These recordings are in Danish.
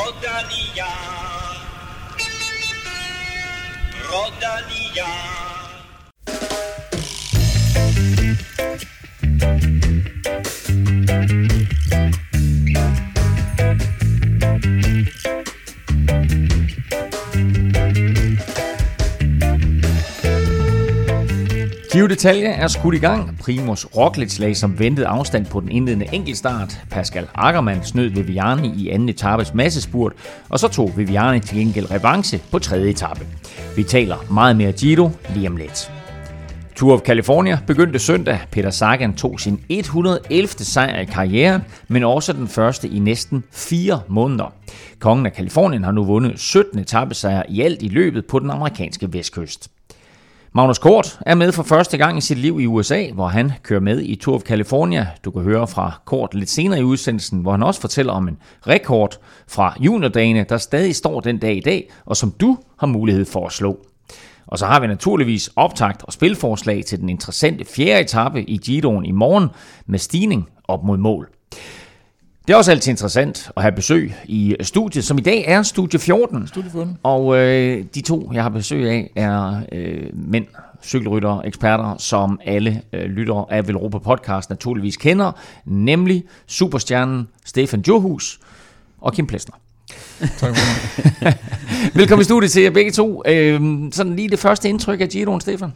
Rodalia, Rodalia. Giro d'Italia er skudt i gang. Primož Roglič lagde som ventet afstand på den indledende enkeltstart. Pascal Ackermann snød Viviani i anden etapes massespurt, og så tog Viviani til gengæld revanche på tredje etape. Vi taler meget mere Giro lige om lidt. Tour of California begyndte søndag. Peter Sagan tog sin 111. sejr i karrieren, men også den første i næsten 4 måneder. Kongen af Californien har nu vundet 17 etapesejre i alt i løbet på den amerikanske vestkyst. Magnus Kort er med for første gang i sit liv i USA, hvor han kører med i Tour of California. Du kan høre fra Kort lidt senere i udsendelsen, hvor han også fortæller om en rekord fra juniordagene, der stadig står den dag i dag, og som du har mulighed for at slå. Og så har vi naturligvis optakt og spilforslag til den interessante 4. etape i Giroen i morgen med stigning op mod mål. Det er også altid interessant at have besøg i studiet, som i dag er studie 14. Og de to, jeg har besøg af, er mænd, cykelryttere, eksperter, som alle lyttere af Velropa Podcast naturligvis kender, nemlig superstjernen Stefan Djurhuus og Kim Plesner. Tak for det. Velkommen i studiet til jer begge to. Sådan lige det første indtryk af Giroen, Stefan.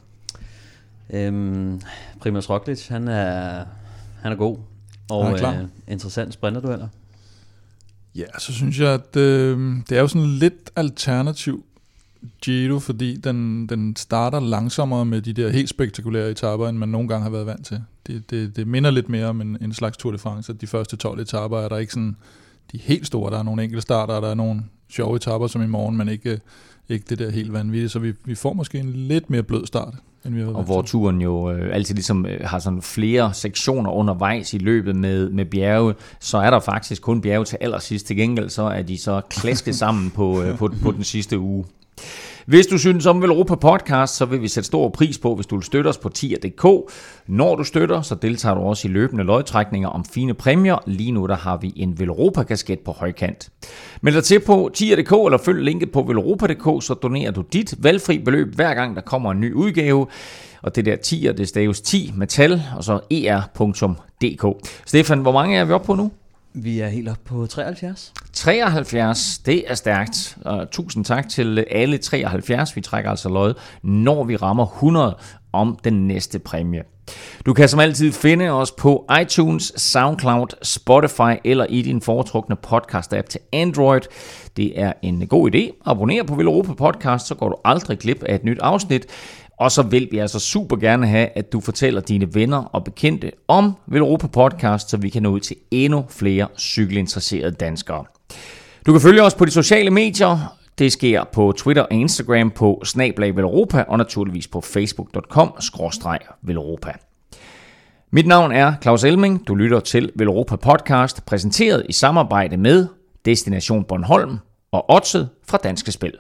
Primož Roglič, han er god. Og interessant sprinterdueller. Ja, så synes jeg, at det er jo sådan lidt alternativ Giro, fordi den starter langsommere med de der helt spektakulære etaper, end man nogle gange har været vant til. Det minder lidt mere om en slags Tour de France, at de første 12 etaper er der ikke sådan de helt store. Der er nogle enkelte starter, og der er nogle sjove etaper som i morgen, men ikke det der helt vanvittige. Så vi får måske en lidt mere blød start. Og hvor turen jo altid ligesom har sådan flere sektioner undervejs i løbet med bjerge, så er der faktisk kun bjerge til allersidst. Til gengæld så er de så klasket sammen på den sidste uge. Hvis du synes om Velropa Podcast, så vil vi sætte stor pris på, hvis du vil støtte os på tier.dk. Når du støtter, så deltager du også i løbende lodtrækninger om fine præmier. Lige nu der har vi en Velropa-kasket på højkant. Meld dig til på tier.dk eller følg linket på velropa.dk, så donerer du dit valgfri beløb hver gang der kommer en ny udgave. Og det der tier, det staves 10 med tal, og så er.dk. Stefan, hvor mange er vi oppe på nu? Vi er helt oppe på 73. 73, det er stærkt. Og tusind tak til alle 73. Vi trækker altså lod, når vi rammer 100 om den næste præmie. Du kan som altid finde os på iTunes, SoundCloud, Spotify eller i din foretrukne podcast-app til Android. Det er en god idé. Abonner på Velropa Podcast, så går du aldrig glip af et nyt afsnit. Og så vil vi altså super gerne have, at du fortæller dine venner og bekendte om Velropa Podcast, så vi kan nå ud til endnu flere cykelinteresserede danskere. Du kan følge os på de sociale medier. Det sker på Twitter og Instagram på @Velropa og naturligvis på facebook.com/Velropa. Mit navn er Claus Elming. Du lytter til Velropa Podcast, præsenteret i samarbejde med Destination Bornholm og Oddset fra Danske Spil.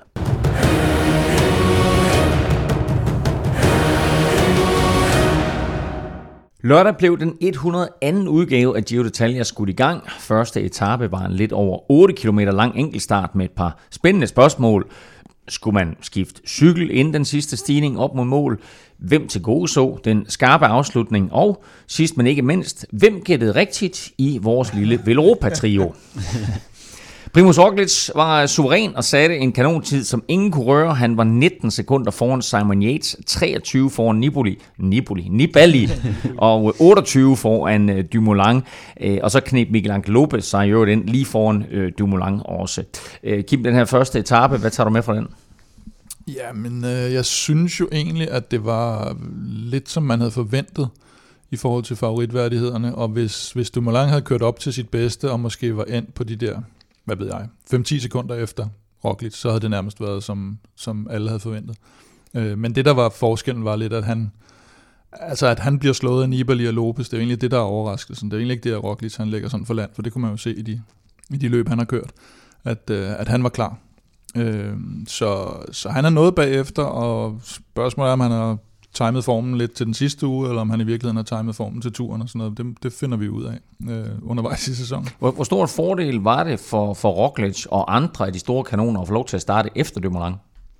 Lørdag blev den 102. udgave af Giro d'Italia skudt i gang. Første etape var en lidt over 8 km lang enkeltstart med et par spændende spørgsmål. Skulle man skifte cykel inden den sidste stigning op mod mål? Hvem til gode så den skarpe afslutning? Og sidst men ikke mindst, hvem gættede rigtigt i vores lille Velropa-trio? Primož Roglič var suveræn og satte en kanontid, som ingen kunne røre. Han var 19 sekunder foran Simon Yates, 23 foran Nibali og 28 foran Dumoulin. Og så kneb Miguel Ángel López sig i øvrigt ind lige foran Dumoulin også. Kim, den her første etape, hvad tager du med fra den? Ja, men jeg synes jo egentlig, at det var lidt som man havde forventet i forhold til favoritværdighederne. Og hvis Dumoulin havde kørt op til sit bedste og måske var endt på de der, hvad ved jeg, 5-10 sekunder efter Roglič, så havde det nærmest været, som alle havde forventet. Men det, der var forskellen, var lidt, at han bliver slået af Nibali og Lopez. Det er jo egentlig det, der er overraskelsen. Det er egentlig ikke det, at Roglič han lægger sådan for land, for det kunne man jo se i de løb, han har kørt, at han var klar. Så han er noget bagefter, og spørgsmålet er, om han har timet formen lidt til den sidste uge, eller om han i virkeligheden har timet formen til turen og sådan noget. Det finder vi ud af undervejs i sæsonen. Hvor stor en fordel var det for Roglic og andre af de store kanoner at få lov til at starte efter Dumoulin?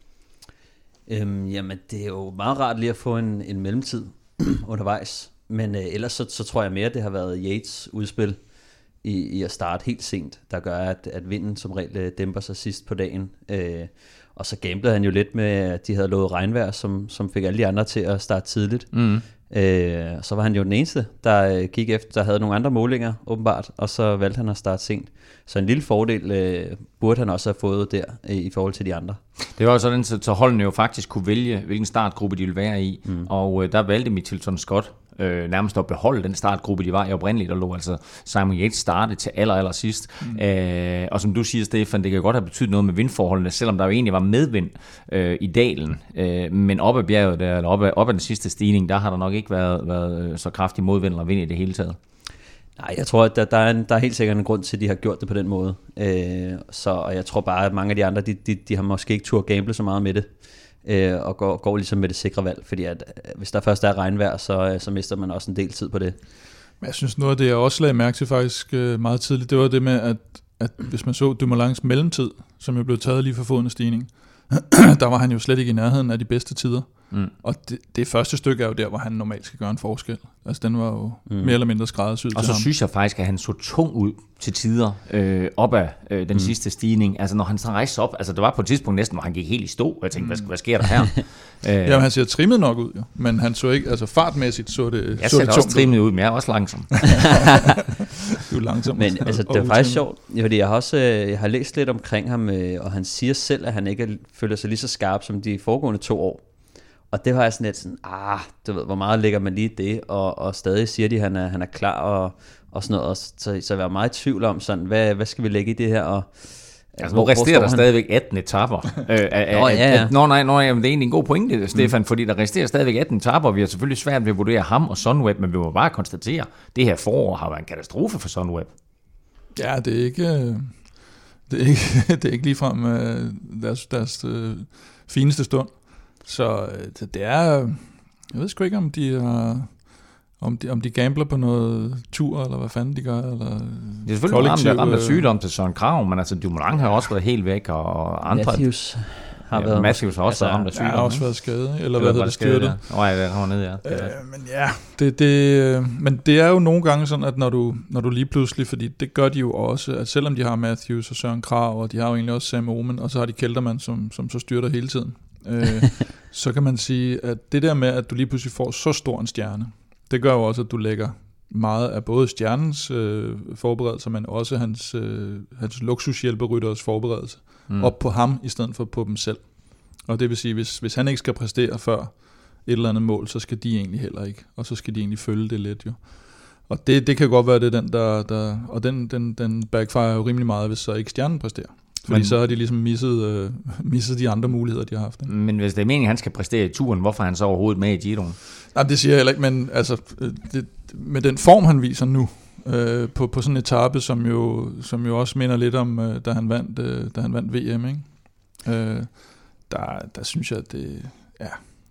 Jamen, det er jo meget rart lige at få en mellemtid undervejs. Men ellers så tror jeg mere, det har været Yates udspil i at starte helt sent, der gør, at vinden som regel dæmper sig sidst på dagen. Og så gamblede han jo lidt med, at de havde lovet regnvejr, som fik alle de andre til at starte tidligt. Så var han jo den eneste, der gik efter, der havde nogle andre målinger åbenbart, og så valgte han at starte sent. Så en lille fordel burde han også have fået der i forhold til de andre. Det var jo sådan, så holdene jo faktisk kunne vælge, hvilken startgruppe de ville være i, og der valgte Mitchelton Scott nærmest at beholde den startgruppe, de var i oprindeligt, og lå altså Simon Yates starte til aller sidst. Og som du siger, Stefan, det kan godt have betydet noget med vindforholdene, selvom der jo egentlig var medvind i dalen, men op ad bjerget, eller op ad den sidste stigning, der har der nok ikke været så kraftig modvind eller vind i det hele taget. Nej, jeg tror, at der er helt sikkert en grund til, at de har gjort det på den måde. Og jeg tror bare, at mange af de andre, de har måske ikke tur gamble så meget med det, og går ligesom med det sikre valg, fordi at hvis der først er regnvejr, så mister man også en del tid på det. Men jeg synes, noget af det, jeg også lagde mærke til faktisk meget tidligt, det var det med, at hvis man så Dumoulins mellemtid, som jo blev taget lige for foden af stigning, der var han jo slet ikke i nærheden af de bedste tider. Og det første stykke er jo der, hvor han normalt skal gøre en forskel. Altså den var jo mere eller mindre skræddersyet til ham. Og så synes jeg faktisk, at han så tung ud til tider op ad den sidste stigning. Altså når han så rejste op, altså der var på et tidspunkt næsten, hvor han gik helt i stå, og jeg tænkte, hvad sker der her? Jamen han ser trimmet nok ud jo, men han så ikke, altså fartmæssigt så det. Jeg ser det også trimmet ud, men jeg er også langsom. Du er langsom. Men altså det er faktisk sjovt, fordi jeg har læst lidt omkring ham, og han siger selv, at han ikke føler sig lige så skarp som de foregående 2 år. Og det var jeg sådan lidt sådan, du ved, hvor meget lægger man lige det, og stadig siger de, at han er klar og sådan noget. Så jeg var meget i tvivl om sådan, hvad skal vi lægge i det her? Og, altså, nu resterer der stadigvæk 18 etapper. Nej, det er egentlig en god pointe, Stefan, fordi der resterer stadigvæk 18 etapper, og vi har selvfølgelig svært ved at vurdere ham og Sunweb, men vi må bare konstatere, at det her forår har været en katastrofe for Sunweb. Ja, det er ikke ligefrem deres fineste stund. Så det er, jeg ved sgu ikke, om de gambler på noget tur, eller hvad fanden de gør, eller det er selvfølgelig ramt af sygdom til Søren Kragh, men altså Dumoulin har også været helt væk, og andre... Matthews har også været ramt af sygdom. Ja, har også været skadet, eller hvad hedder det, styrtet. Ja, det kommer ned, ja. Men ja, men det er jo nogle gange sådan, at når du lige pludselig, fordi det gør de jo også, at selvom de har Matthews og Søren Kragh, og de har jo egentlig også Sam Oomen, og så har de Kelterman, som så styrter hele tiden. Så kan man sige, at det der med, at du lige pludselig får så stor en stjerne, det gør jo også, at du lægger meget af både stjernens forberedelser, men også hans luksushjælperytteres forberedelse op på ham, i stedet for på dem selv. Og det vil sige, hvis han ikke skal præstere før et eller andet mål, så skal de egentlig heller ikke, og så skal de egentlig følge det lidt jo. Og det kan godt være, det er den, der og den backfire jo rimelig meget, hvis så ikke stjernen præsterer. Fordi så har de ligesom misset de andre muligheder, de har haft. Ikke? Men hvis det er meningen, at han skal præstere i turen, hvorfor er han så overhovedet med i Giroen? Nej, det siger jeg heller ikke, men altså, med den form, han viser nu, på sådan en etape, som jo også minder lidt om, da han vandt VM, ikke? Der synes jeg, at det... Ja.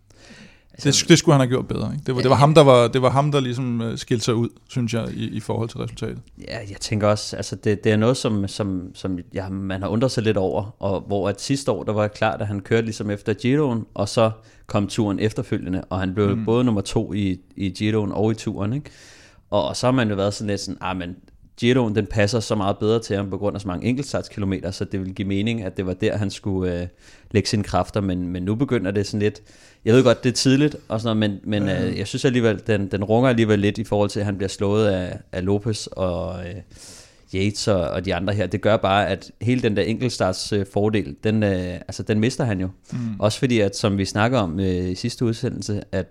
Det skulle han have gjort bedre. Ikke? Det var ham, der ligesom skilte sig ud, synes jeg, i forhold til resultatet. Ja, jeg tænker også, altså det er noget, som man har undret sig lidt over, og hvor at sidste år, der var klart, at han kørte ligesom efter Giroen, og så kom turen efterfølgende, og han blev både nummer 2 i Giroen og i turen, ikke? Og så har man jo været sådan lidt sådan, men Giroen, den passer så meget bedre til ham på grund af så mange enkeltstartskilometer, så det ville give mening, at det var der, han skulle lægge sine kræfter, men nu begynder det sådan lidt, jeg ved godt, det er tidligt, og sådan noget, men jeg synes alligevel, den runger alligevel lidt i forhold til, at han bliver slået af Lopez og Yates og de andre her. Det gør bare, at hele den der enkeltstarts fordel, den mister han jo. Også fordi, at som vi snakker om i sidste udsendelse, at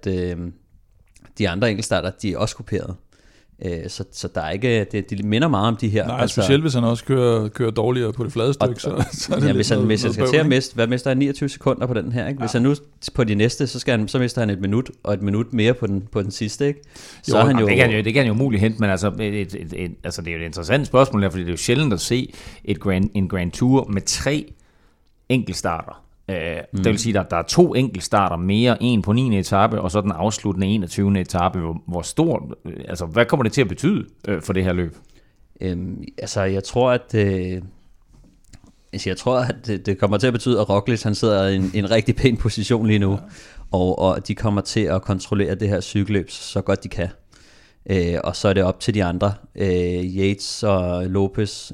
de andre enkeltstarter, de er også kuperet. Så der er ikke, det minder meget om de her. Nej, altså, specielt hvis han også kører dårligere på det flade stykke, så er det hvis han skal til at miste, hvad mister han 29 sekunder på den her, ikke? Hvis han nu på de næste, så mister han 1 minut, og 1 minut mere på den sidste, ikke? Så han jo, det kan han jo muligt hente, men altså, altså det er jo et interessant spørgsmål, fordi det er jo sjældent at se en Grand Tour med 3 enkeltstarter Det vil sige, at der er 2 enkeltstarter mere, en på 9. etape, og så den afsluttende 21. etape. Hvor stort, altså hvad kommer det til at betyde for det her løb? Jeg tror, at det kommer til at betyde, at Roglic han sidder i en rigtig pæn position lige nu, og de kommer til at kontrollere det her cykelløb så godt de kan. Og så er det op til de andre, Yates og Lopez,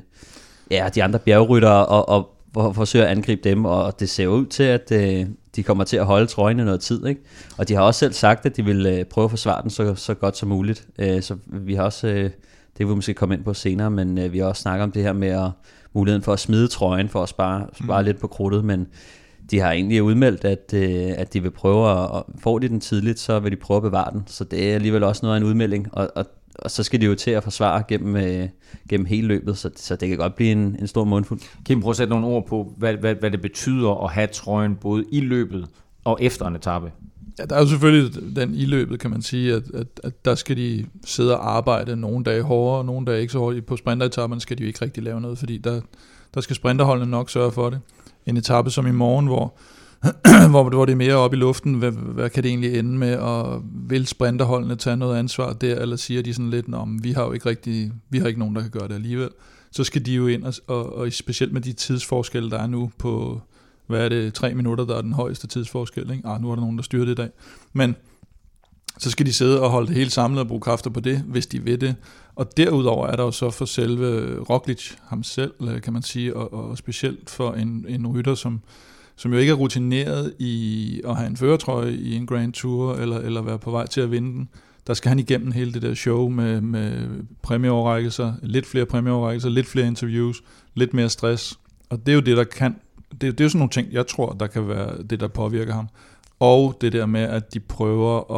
de andre bjergryttere, og forsøge at angribe dem, og det ser ud til, at de kommer til at holde trøjen i noget tid, ikke? Og de har også selv sagt, at de vil prøve at forsvare den så godt som muligt. Så vi har også, det vil vi måske komme ind på senere, men vi har også snakket om det her med muligheden for at smide trøjen, for at spare lidt på krudtet, men de har egentlig udmeldt, at de vil prøve at få den tidligt, så vil de prøve at bevare den. Så det er alligevel også noget af en udmelding, og så skal de jo til at forsvare gennem hele løbet, så det kan godt blive en stor mundfuld. Kim, prøv at sætte nogle ord på, hvad det betyder at have trøjen både i løbet og efter en etape. Ja, der er jo selvfølgelig den i løbet, kan man sige, at der skal de sidde og arbejde nogle dage hårdere, nogle dage ikke så hårdt. På sprinteretapperne skal de jo ikke rigtig lave noget, fordi der skal sprinterholdene nok sørge for det. En etape som i morgen, hvor det er mere op i luften, hvad kan det egentlig ende med, og vil sprinterholdene tage noget ansvar der, eller siger de sådan lidt, vi har ikke nogen, der kan gøre det alligevel. Så skal de jo ind, og specielt med de tidsforskelle, der er nu på, 3 minutter, der er den højeste tidsforskel, ikke? Nu er der nogen, der styrer det i dag. Men så skal de sidde og holde det hele samlet og bruge kræfter på det, hvis de vil det. Og derudover er der jo så for selve Roglic, ham selv, kan man sige, og specielt for en rytter, som jo ikke er rutineret i at have en førertrøje i en Grand Tour, eller være på vej til at vinde den. Der skal han igennem hele det der show med præmieoverrækkelser, lidt flere præmieoverrækkelser, lidt flere interviews, lidt mere stress. Og det er jo det, der kan. Det er jo sådan nogle ting, jeg tror, der kan være det, der påvirker ham. Og det der med, at de prøver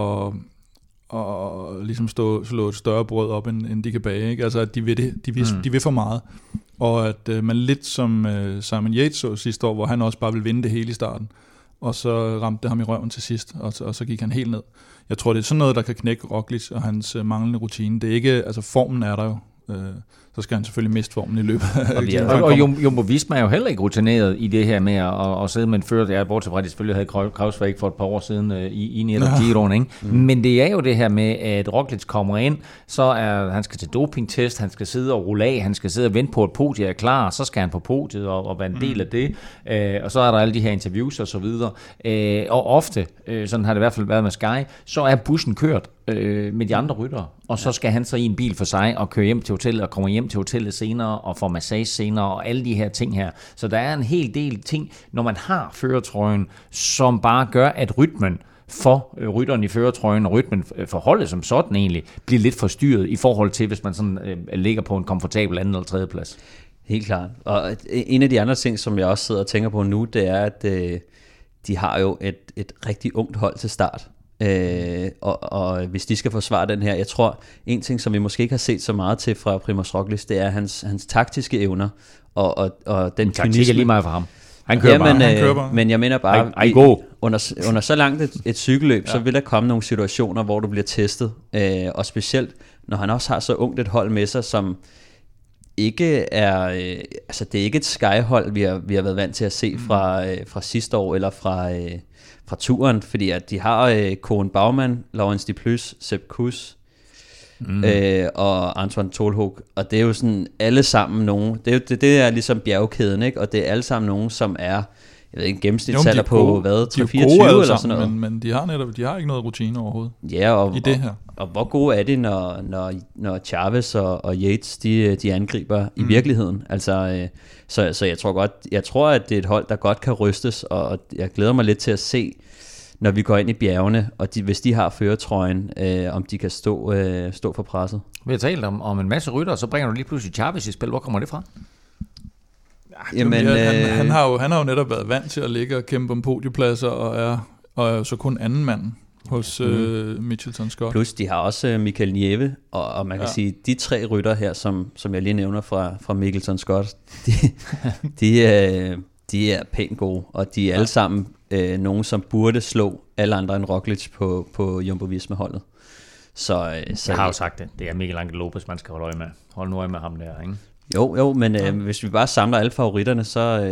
at ligesom slå et større brød op, end de kan bage. Ikke? Altså, at de vil det. De vil for meget. Og at man lidt som Simon Yates så sidste år, hvor han også bare ville vinde det hele i starten. Og så ramte det ham i røven til sidst, og så gik han helt ned. Jeg tror, det er sådan noget, der kan knække Roglic og hans manglende rutine. Det er ikke, altså formen er der jo. Så skal han selvfølgelig miste formen i løbet af og Jumbo Visma er jo heller ikke rutineret i det her med at sidde med en fører, bortset fra, at de selvfølgelig havde Krausweg for et par år siden i netop Giroen, ikke? Men det er jo det her med, at Roglic kommer ind, så han skal til dopingtest, han skal sidde og rulle af, han skal sidde og vente på, at podiet er klar, så skal han på podiet og være en del af det, og så er der alle de her interviews og så videre. Og ofte, sådan har det i hvert fald været med Sky, så er bussen kørt med de andre ryttere, og så skal han så i en bil for sig og køre hjem til hotellet og kommer hjem til hotellet senere og får massage senere og alle de her ting her. Så der er en hel del ting, når man har førertrøjen, som bare gør, at rytmen for rytteren i førertrøjen og rytmen for holdet som sådan egentlig bliver lidt forstyrret i forhold til, hvis man sådan ligger på en komfortabel anden eller tredje plads. Helt klart. Og en af de andre ting, som jeg også sidder og tænker på nu, det er, at de har jo et rigtig ungt hold til start. Og hvis de skal forsvare den her, jeg tror, en ting, som vi måske ikke har set så meget til fra Primož Roglic, det er hans taktiske evner og den taktik er lige meget for ham. Han kører bare. Men jeg mener bare, under så langt et cykelløb, så vil der komme nogle situationer, hvor du bliver testet, og specielt når han også har så ungt et hold med sig, som ikke er, altså det er ikke et Sky-hold, vi har været vant til at se fra sidste år, eller fra turen, fordi at de har Koen Baumann, Laurens de Plus, Sepp Kuss og Antoine Tolhoek, og det er jo sådan alle sammen nogen, det er ligesom bjergkæden, ikke? Og det er alle sammen nogen, som er, jeg ved ikke, gennemsnitsalder på hvad, 3-24 eller sådan noget. Men de har ikke noget rutine overhovedet. Ja, i det her. Og hvor gode er det, når Chavez og Yates de angriber i virkeligheden? Altså, så jeg tror, at det er et hold, der godt kan rystes, og jeg glæder mig lidt til at se, når vi går ind i bjergene, og hvis de har førertrøjen, om de kan stå for presset. Vi har talt om en masse rytter, så bringer du lige pludselig Chavez i spil. Hvor kommer det fra? Jamen, han har jo netop været vant til at ligge og kæmpe om podiepladser, og er så kun anden mand hos Mitchelton Scott. Plus de har også Michael Nieve, og man kan sige, de 3 rytter her, som jeg lige nævner fra Mitchelton Scott, de er pænt gode, og de er alle sammen nogen, som burde slå alle andre end Roglic på Jumbo Visma-holdet. Så jeg har jo sagt det. Det er Miguel Angel Lopez, man skal holde øje med. Hold nu øje med ham der, ikke? Jo, men hvis vi bare samler alle favoritterne,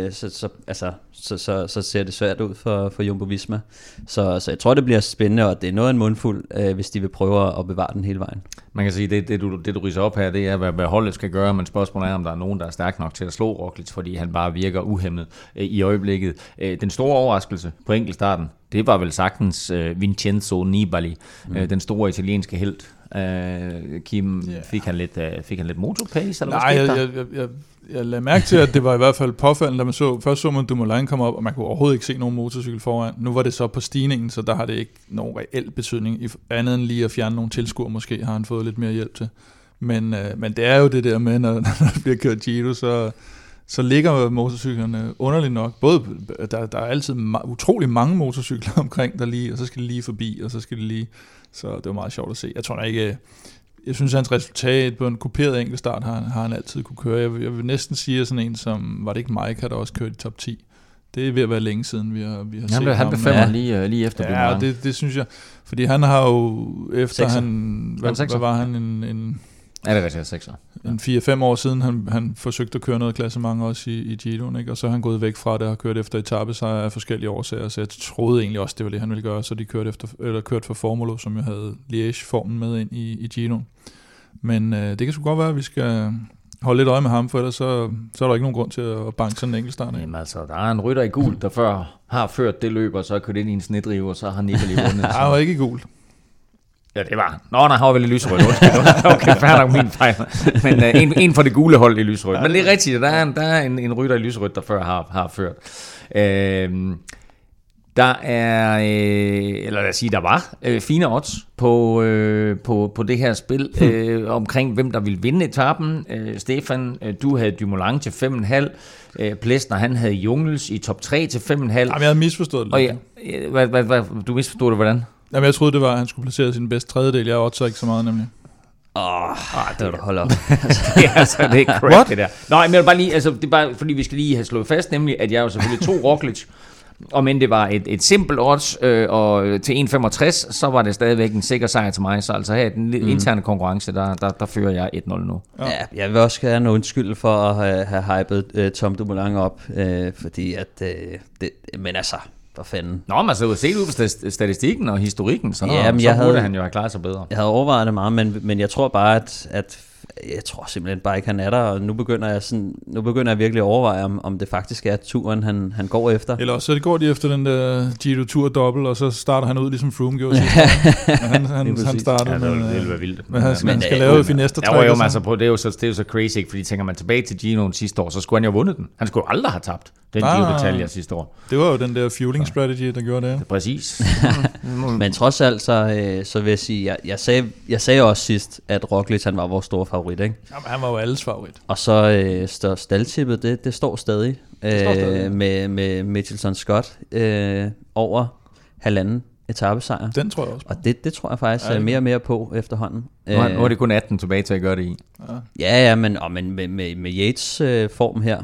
så ser det svært ud for Jumbo Visma. Så jeg tror, det bliver spændende, og det er noget af en mundfuld, hvis de vil prøve at bevare den hele vejen. Man kan sige, det du ridser op her, det er, hvad holdet skal gøre, men spørgsmålet er, om der er nogen, der er stærk nok til at slå Roglic, fordi han bare virker uhæmmet i øjeblikket. Den store overraskelse på enkeltstarten, det var vel sagtens Vincenzo Nibali, den store italienske helt. Kim, fik han lidt motorpace, eller hvad skete der? Jeg lagde mærke til, at det var i hvert fald påfaldende, da man først så man Dumoulin komme op, og man kunne overhovedet ikke se nogen motorcykel foran. Nu var det så på stigningen, så der har det ikke nogen reel betydning, andet end lige at fjerne nogle tilskuere, måske har han fået lidt mere hjælp til. Men det er jo det der med, når der bliver kørt Giro, så ligger motorcyklerne underligt nok. Både, der er altid utrolig mange motorcykler omkring der lige, og så skal de lige forbi, og så skal de lige. Så det var meget sjovt at se. Jeg tror ikke. Jeg synes, hans resultat på en kuperet enkeltstart har han altid kunne køre. Jeg vil næsten sige, at sådan en som, var det ikke Mike, der også kørt i top 10. Det er ved at være længe siden, vi har set ham. Han blev femmer lige efter. Ja, det synes jeg. Fordi han har jo, efter hvad var han, en Ja, det er rigtigt, 6'er. En 4-5 år siden, han forsøgte at køre noget klassement også i Giroen, ikke? Og så er han gået væk fra det og har kørt efter etapesejre af forskellige årsager, så jeg troede egentlig også, det var det, han ville gøre, så de kørte for Formulo, som jo havde Liège-formen med ind i Giroen. Men det kan sgu godt være, at vi skal holde lidt øje med ham, for ellers så er der ikke nogen grund til at banke sådan en enkeltstart. Jamen altså, der er en rytter i gul, der før har ført det løb, og så har kørt ind i en snedrive, og så har Nibali vundet. Han var ikke i gul. Ja, det var. Nå, han var vel i lyserødt. Okay, fair nok min fejl. Men en for det gule hold i lyserødt. Men det er rigtigt, der er en rytter i lyserødt, der før har ført. Der er, eller lad os sige, der var fine odds på det her spil omkring, hvem der ville vinde etappen. Stefan, du havde Dumoulin til 5,5. Plesner, han havde Jungels i top 3 til 5,5. Jamen, jeg havde misforstået det. Og du misforstod det, hvordan? Jamen, jeg troede, det var, at han skulle placere sin bedste tredjedel. Jeg oddser ikke så meget, nemlig. Det var da hold op. Det er ikke correct, det der. Nej, men bare lige, altså, det er bare, fordi vi skal lige have slået fast, nemlig, at jeg jo selvfølgelig tog Roglic, og men det var et simpelt odds, og til 1,65, så var det stadigvæk en sikker sejr til mig, så altså her i den interne konkurrence, der fører jeg 1-0 nu. Ja, jeg vil også gerne undskylde for at have hypet Tom Dumoulin op, fordi at, men altså, for fanden. Nå, man så jo set ud på statistikken og historikken, så burde han jo have klaret sig bedre. Jeg havde overvejet det meget, men jeg tror bare, at jeg tror simpelthen bare ikke, han er der, og nu begynder jeg virkelig at overveje, om det faktisk er turen, han går efter. Eller så det går de efter den der Giro Tour dobbelt, og så starter han ud ligesom Froome gjorde sidst. han starter med, det vil være vildt. Men han skal lave Finester træk. Det er jo så crazy, fordi tænker man tilbage til Giroen sidste år, så skulle han jo have vundet den. Han skulle jo aldrig have tabt den Giro d'Italia sidste år. Det var jo den der fueling strategy, der gjorde det. Præcis. Men trods alt, så vil jeg sige, jeg sagde også sidst, at Roglic, han var vores store favorit, ikke? Jamen, han var jo alles favorit. Og så staldtippet, det står stadig. Med Mitchelton Scott over 1,5 etapesejr. Den tror jeg også på. Og det tror jeg faktisk mere og mere på efterhånden. Nu er det kun 18 tilbage til at gøre det i. Ja, men med Yates form her,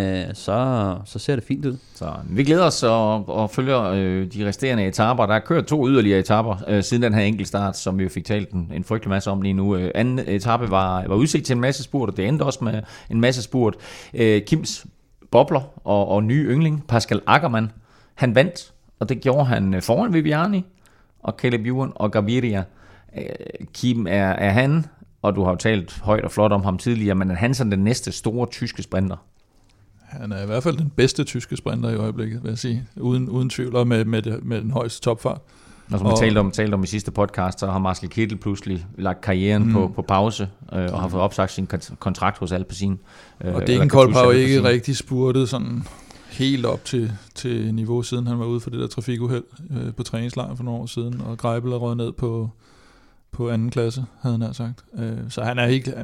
så ser det fint ud. Så vi glæder os og følger de resterende etaper. Der er kørt 2 yderligere etaper siden den her enkeltstart, som vi fik talt en frygtelig masse om lige nu. Anden etape var udsigt til en masse spurt, og det endte også med en masse spurt. Kims bobler og nye yndling, Pascal Ackermann, han vandt. Og det gjorde han foran Viviani og Caleb Ewan og Gaviria. Kim er han, og du har jo talt højt og flot om ham tidligere, men er han sådan den næste store tyske sprinter? Han er i hvert fald den bedste tyske sprinter i øjeblikket, vil jeg sige. Uden tvivl, og med den højeste topfart. Og som vi talte om i sidste podcast, så har Marcel Kittel pludselig lagt karrieren på pause, og har fået opsagt sin kontrakt hos Alpecin. Og Degenkolb har jo ikke rigtig spurtet sådan helt op til niveau, siden han var ude for det der trafikuheld på træningslejren for nogle år siden, og Greipel er røget ned på anden klasse, havde han sagt. Så han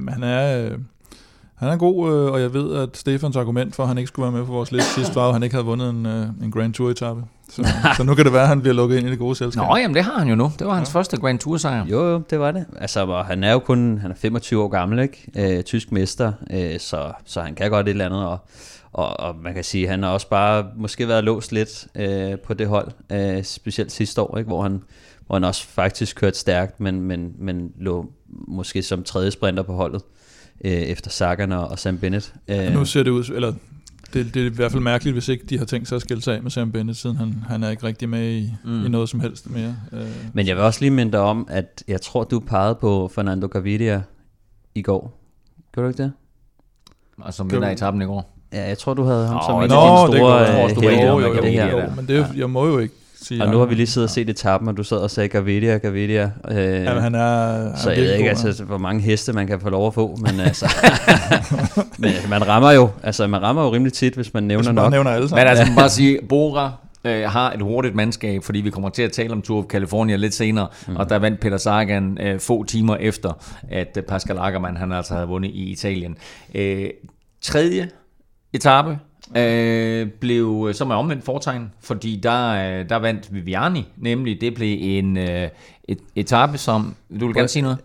er god, og jeg ved, at Stefans argument for, at han ikke skulle være med på vores liste sidst, var, at han ikke havde vundet en Grand Tour-etappe. Så nu kan det være, at han bliver lukket ind i det gode selskab. Nå, jamen det har han jo nu. Det var hans første Grand Tour-sejr. Jo, det var det. Altså, han er jo kun 25 år gammel, ikke? Tysk mester, så han kan godt et eller andet, og man kan sige, at han har også bare måske været låst lidt på det hold, specielt sidste år, ikke? Hvor han også faktisk kørte stærkt, men lå måske som tredje sprinter på holdet. efter Sagan og Sam Bennett. Nu ser det ud, eller det er i hvert fald mærkeligt, hvis ikke de har tænkt sig at skille sig af med Sam Bennett, siden han er ikke rigtig med i noget som helst mere. Men jeg vil også lige minde dig om, at jeg tror, du pegede på Fernando Gaviria i går. Gjorde du ikke det? Og som vinder etappen i går. Ja, jeg tror, du havde ham som en af dine store heldige. Men det, jeg må jo ikke sige. Og nu har vi lige siddet og set etappen, og du sad og sagde Gaviria. Jamen, han er så jeg ved ikke, altså, hvor mange heste man kan få lov at få, men altså, men man rammer jo rimelig tit, hvis man nævner nok. Nævner alle sammen. Men altså, bare sige, Bora har et hurtigt mandskab, fordi vi kommer til at tale om Tour of California lidt senere, og der vandt Peter Sagan få timer efter, at Pascal Ackermann, han altså havde vundet i Italien. Tredje etape blev så med omvendt fortegn, fordi der vandt Viviani, nemlig det blev en etape, som du vil gerne sige noget?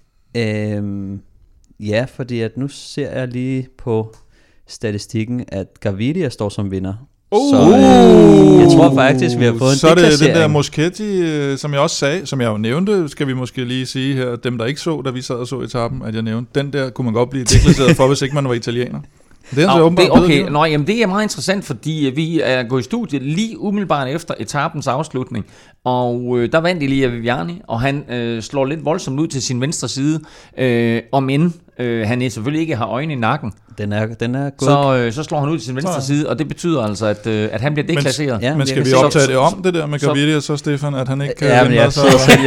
Ja, fordi at nu ser jeg lige på statistikken, at Gaviria står som vinder. Så jeg tror faktisk, vi har fået en så er det den der Moschetti, som jeg også sagde, som jeg jo nævnte, skal vi måske lige sige her, dem der ikke så, da vi sad og så etappen, at jeg nævnte, den der kunne man godt blive deklasseret for, hvis ikke man var italiener. Det er det er meget interessant, fordi vi er gået i studiet lige umiddelbart efter etapens afslutning, og der vandt Elia Viviani, og han slår lidt voldsomt ud til sin venstre side, om end han selvfølgelig ikke har øjne i nakken. Den er god. Så slår han ud til sin venstre side, og det betyder altså, at han bliver deklasseret. Men skal vi optage det om, det der med Gaviria, så Stefan, at han ikke kan vinde? Var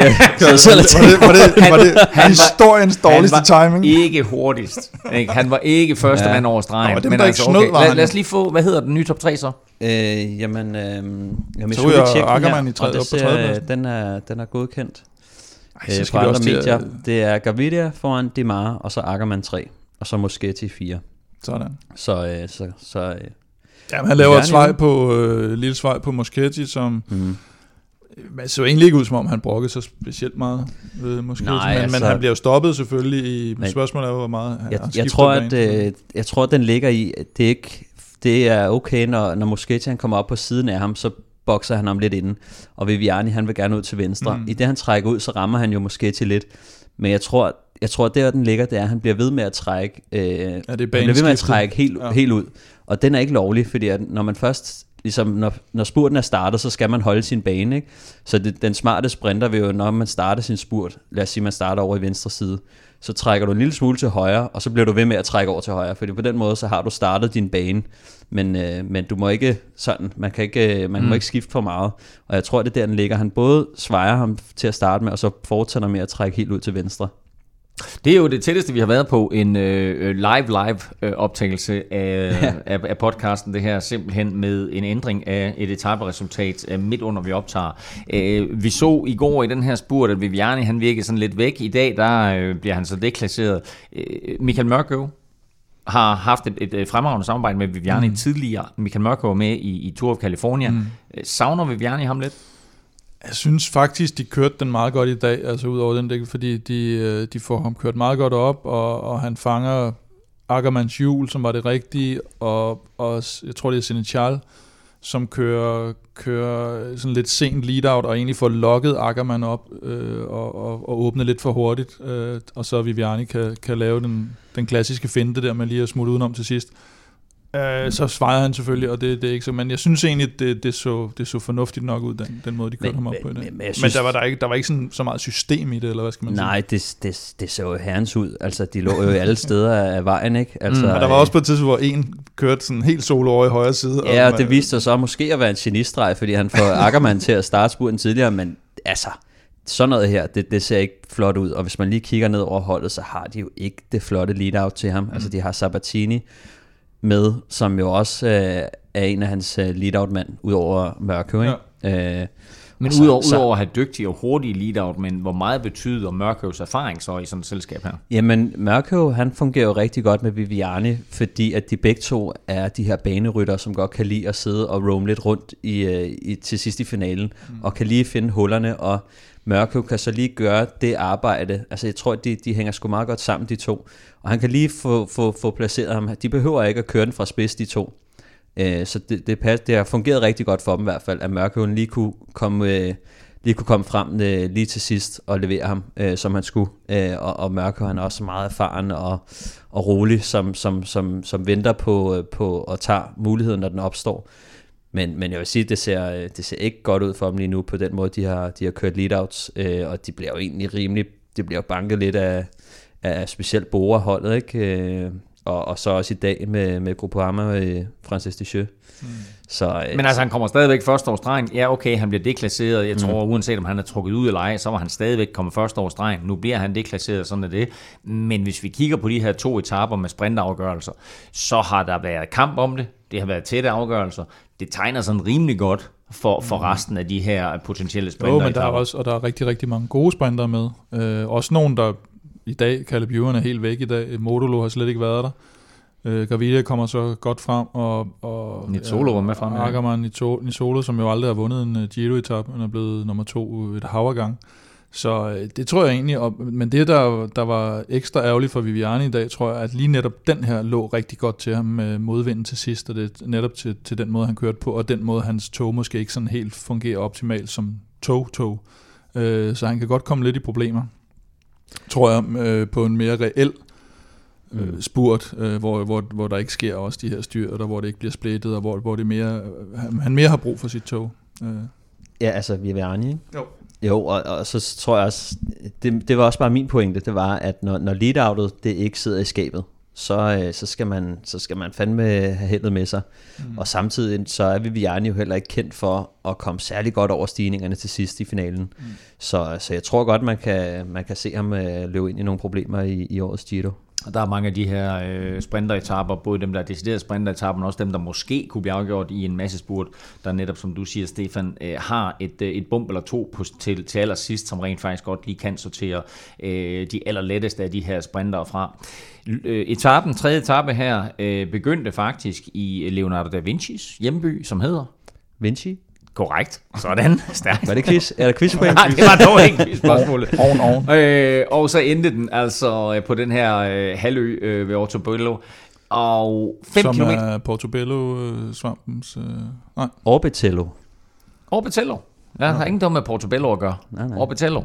det historiens dårligste timing? Han var ikke hurtigst. Han var ikke første mand over stregen. Men altså, okay. Lad os lige få, hvad hedder den nye top 3 så? Jamen, så ryger Ackermann i på tredjepladsen. Den er godkendt. På andre medier, det er Gaviria foran Di Mare, og så Ackermann 3, og så Moschetti 4. Sådan. Så jamen, han laver et lille svej på Moschetti, som man så egentlig ikke ud, som om han brokkede så specielt meget ved Moschetti. Men han bliver jo stoppet selvfølgelig. Spørgsmålet er hvor meget jeg tror, at den ligger i, at det er okay, når Moschetti han kommer op på siden af ham, så bokser han ham lidt inden, og Viviani han vil gerne ud til venstre. I det han trækker ud, så rammer han jo Moschetti lidt, men jeg tror der den ligger, det er, at han bliver ved med at trække, helt ud, og den er ikke lovlig, fordi at når man først, ligesom når spurten er startet, så skal man holde sin bane, ikke? Så den smarte sprinter vil jo, når man starter sin spurt, lad os sige, man starter over i venstre side, så trækker du en lille smule til højre, og så bliver du ved med at trække over til højre, fordi på den måde, så har du startet din bane, men du må ikke sådan, man må ikke skifte for meget, og jeg tror, det er der, den ligger. Han både svejer ham til at starte med, og så fortsætter med at trække helt ud til venstre. Det er jo det tætteste, vi har været på en live optagelse af podcasten, det her simpelthen med en ændring af et etaperesultat midt under vi optager. Vi så i går i den her spurt, at Viviani han virkede sådan lidt væk. I dag der bliver han så deklasseret. Michael Mørkøv har haft et fremragende samarbejde med Viviani tidligere. Michael Mørkøv var med i Tour of California. Savner Viviani ham lidt? Jeg synes faktisk, de kørte den meget godt i dag, altså ud over den dæk, fordi de får ham kørt meget godt op, og han fanger Ackermanns hjul, som var det rigtige, og jeg tror, det er Senechal, som kører sådan lidt sent lead-out, og egentlig får lokket Ackermann op, og åbne lidt for hurtigt, og så Viviani kan lave den klassiske finte der med lige at smutte udenom til sidst. Så svarede han selvfølgelig, og det er ikke så, men jeg synes egentlig, det så fornuftigt nok ud, den måde, de kørte ham op på i dag. Men der var ikke sådan, så meget system i det, eller hvad skal man sige? Nej, det så jo herrens ud. Altså, de lå jo alle steder af vejen, ikke? Altså, og der var også på et tidspunkt, hvor en kørte sådan helt solo over i højre side. Ja, og det viste sig så måske at være en genistreg, fordi han får Ackermann til at starte spurten tidligere, men altså, sådan noget her, det ser ikke flot ud, og hvis man lige kigger ned over holdet, så har de jo ikke det flotte lead-out til ham. Altså, de har Sabatini med, som jo også er en af hans lead-out-mand, udover Mørkøv, ikke? Ja. Men udover at have dygtige og hurtige lead-out, men hvor meget betyder Mørkøvs erfaring så i sådan et selskab her? Jamen, Mørkøv, han fungerer jo rigtig godt med Viviani, fordi at de begge to er de her banerytter, som godt kan lide at sidde og roam lidt rundt til sidst i finalen, og kan lige finde hullerne, og Mørkøv kan så lige gøre det arbejde. Altså, jeg tror, at de hænger sgu meget godt sammen, de to. Og han kan lige få placeret ham. De behøver ikke at køre den fra spids, de to. Så det har fungeret rigtig godt for dem i hvert fald, at Mørkøv lige kunne komme lige kunne komme frem lige til sidst og levere ham, som han skulle. Og Mørkøv, han er også meget erfaren og rolig, som venter på at tage muligheden, når den opstår. Men jeg vil sige, det ser ikke godt ud for dem lige nu, på den måde, de har kørt lead-outs, og de bliver jo egentlig rimelig, det bliver jo banket lidt af specielt Bora-holdet, ikke? Og så også i dag med Groupama og Francis Deschamps. Så, men altså, han kommer stadigvæk førsteårsstregen. Ja, okay, han bliver deklasseret. Jeg tror, uanset om han er trukket ud eller ej, så var han stadigvæk kommet førsteårsstregen. Nu bliver han deklasseret, sådan er det. Men hvis vi kigger på de her 2 etaper med sprintafgørelser, så har der været kamp om det. Det har været tætte afgørelser. Det tegner sådan rimelig godt for resten af de her potentielle sprinter. Jo, men der er rigtig, rigtig mange gode sprinter med. Også nogen, der i dag, Caleb Ewan er helt væk i dag. Modulo har slet ikke været der. Gaviria kommer så godt frem, og Nizzolo var med frem. Ackermann Nizzolo, som jo aldrig har vundet en Giro-etape, han er blevet nummer 2 et hav af gang. Så det tror jeg egentlig, men det der var ekstra ærgerligt for Viviani i dag, tror jeg, at lige netop den her lå rigtig godt til ham med modvinden til sidst, og det er netop til den måde, han kørte på, og den måde, hans tog måske ikke sådan helt fungerer optimalt som tog. Så han kan godt komme lidt i problemer, tror jeg, på en mere reel spurt, hvor der ikke sker også de her styr, og der, hvor det ikke bliver splittet, og hvor det mere, han mere har brug for sit tog. Ja, altså Viviani, ikke? Jo, og så tror jeg også, det var også bare min pointe, det var, at når lead-outet, det ikke sidder i skabet, så skal man fandme have heldet med sig. Og samtidig så er Viviani jo heller ikke kendt for at komme særlig godt over stigningerne til sidst i finalen. Så jeg tror godt, man kan se ham løbe ind i nogle problemer i årets Giro. Og der er mange af de her sprinteretapper, både dem, der er deciderede sprinteretapper, men også dem, der måske kunne blive afgjort i en masse spurt, der netop, som du siger, Stefan, har et bump eller 2 til allersidst, som rent faktisk godt lige kan sortere de allerletteste af de her sprintere fra. Tredje etape her, begyndte faktisk i Leonardo da Vincis hjemby, som hedder Vinci. Korrekt. Sådan. Stærkt. Var det quiz? Er der quizpoint? Nej, det var dog ikke quizspørgsmålet. Og så endte den altså på den her halvø ved Ortobello. Og 5 som kilometer. er Portobello-svampens... nej. Orbitello. Ja, der har ingen dom med Portobello at gøre. Nej. Orbitello.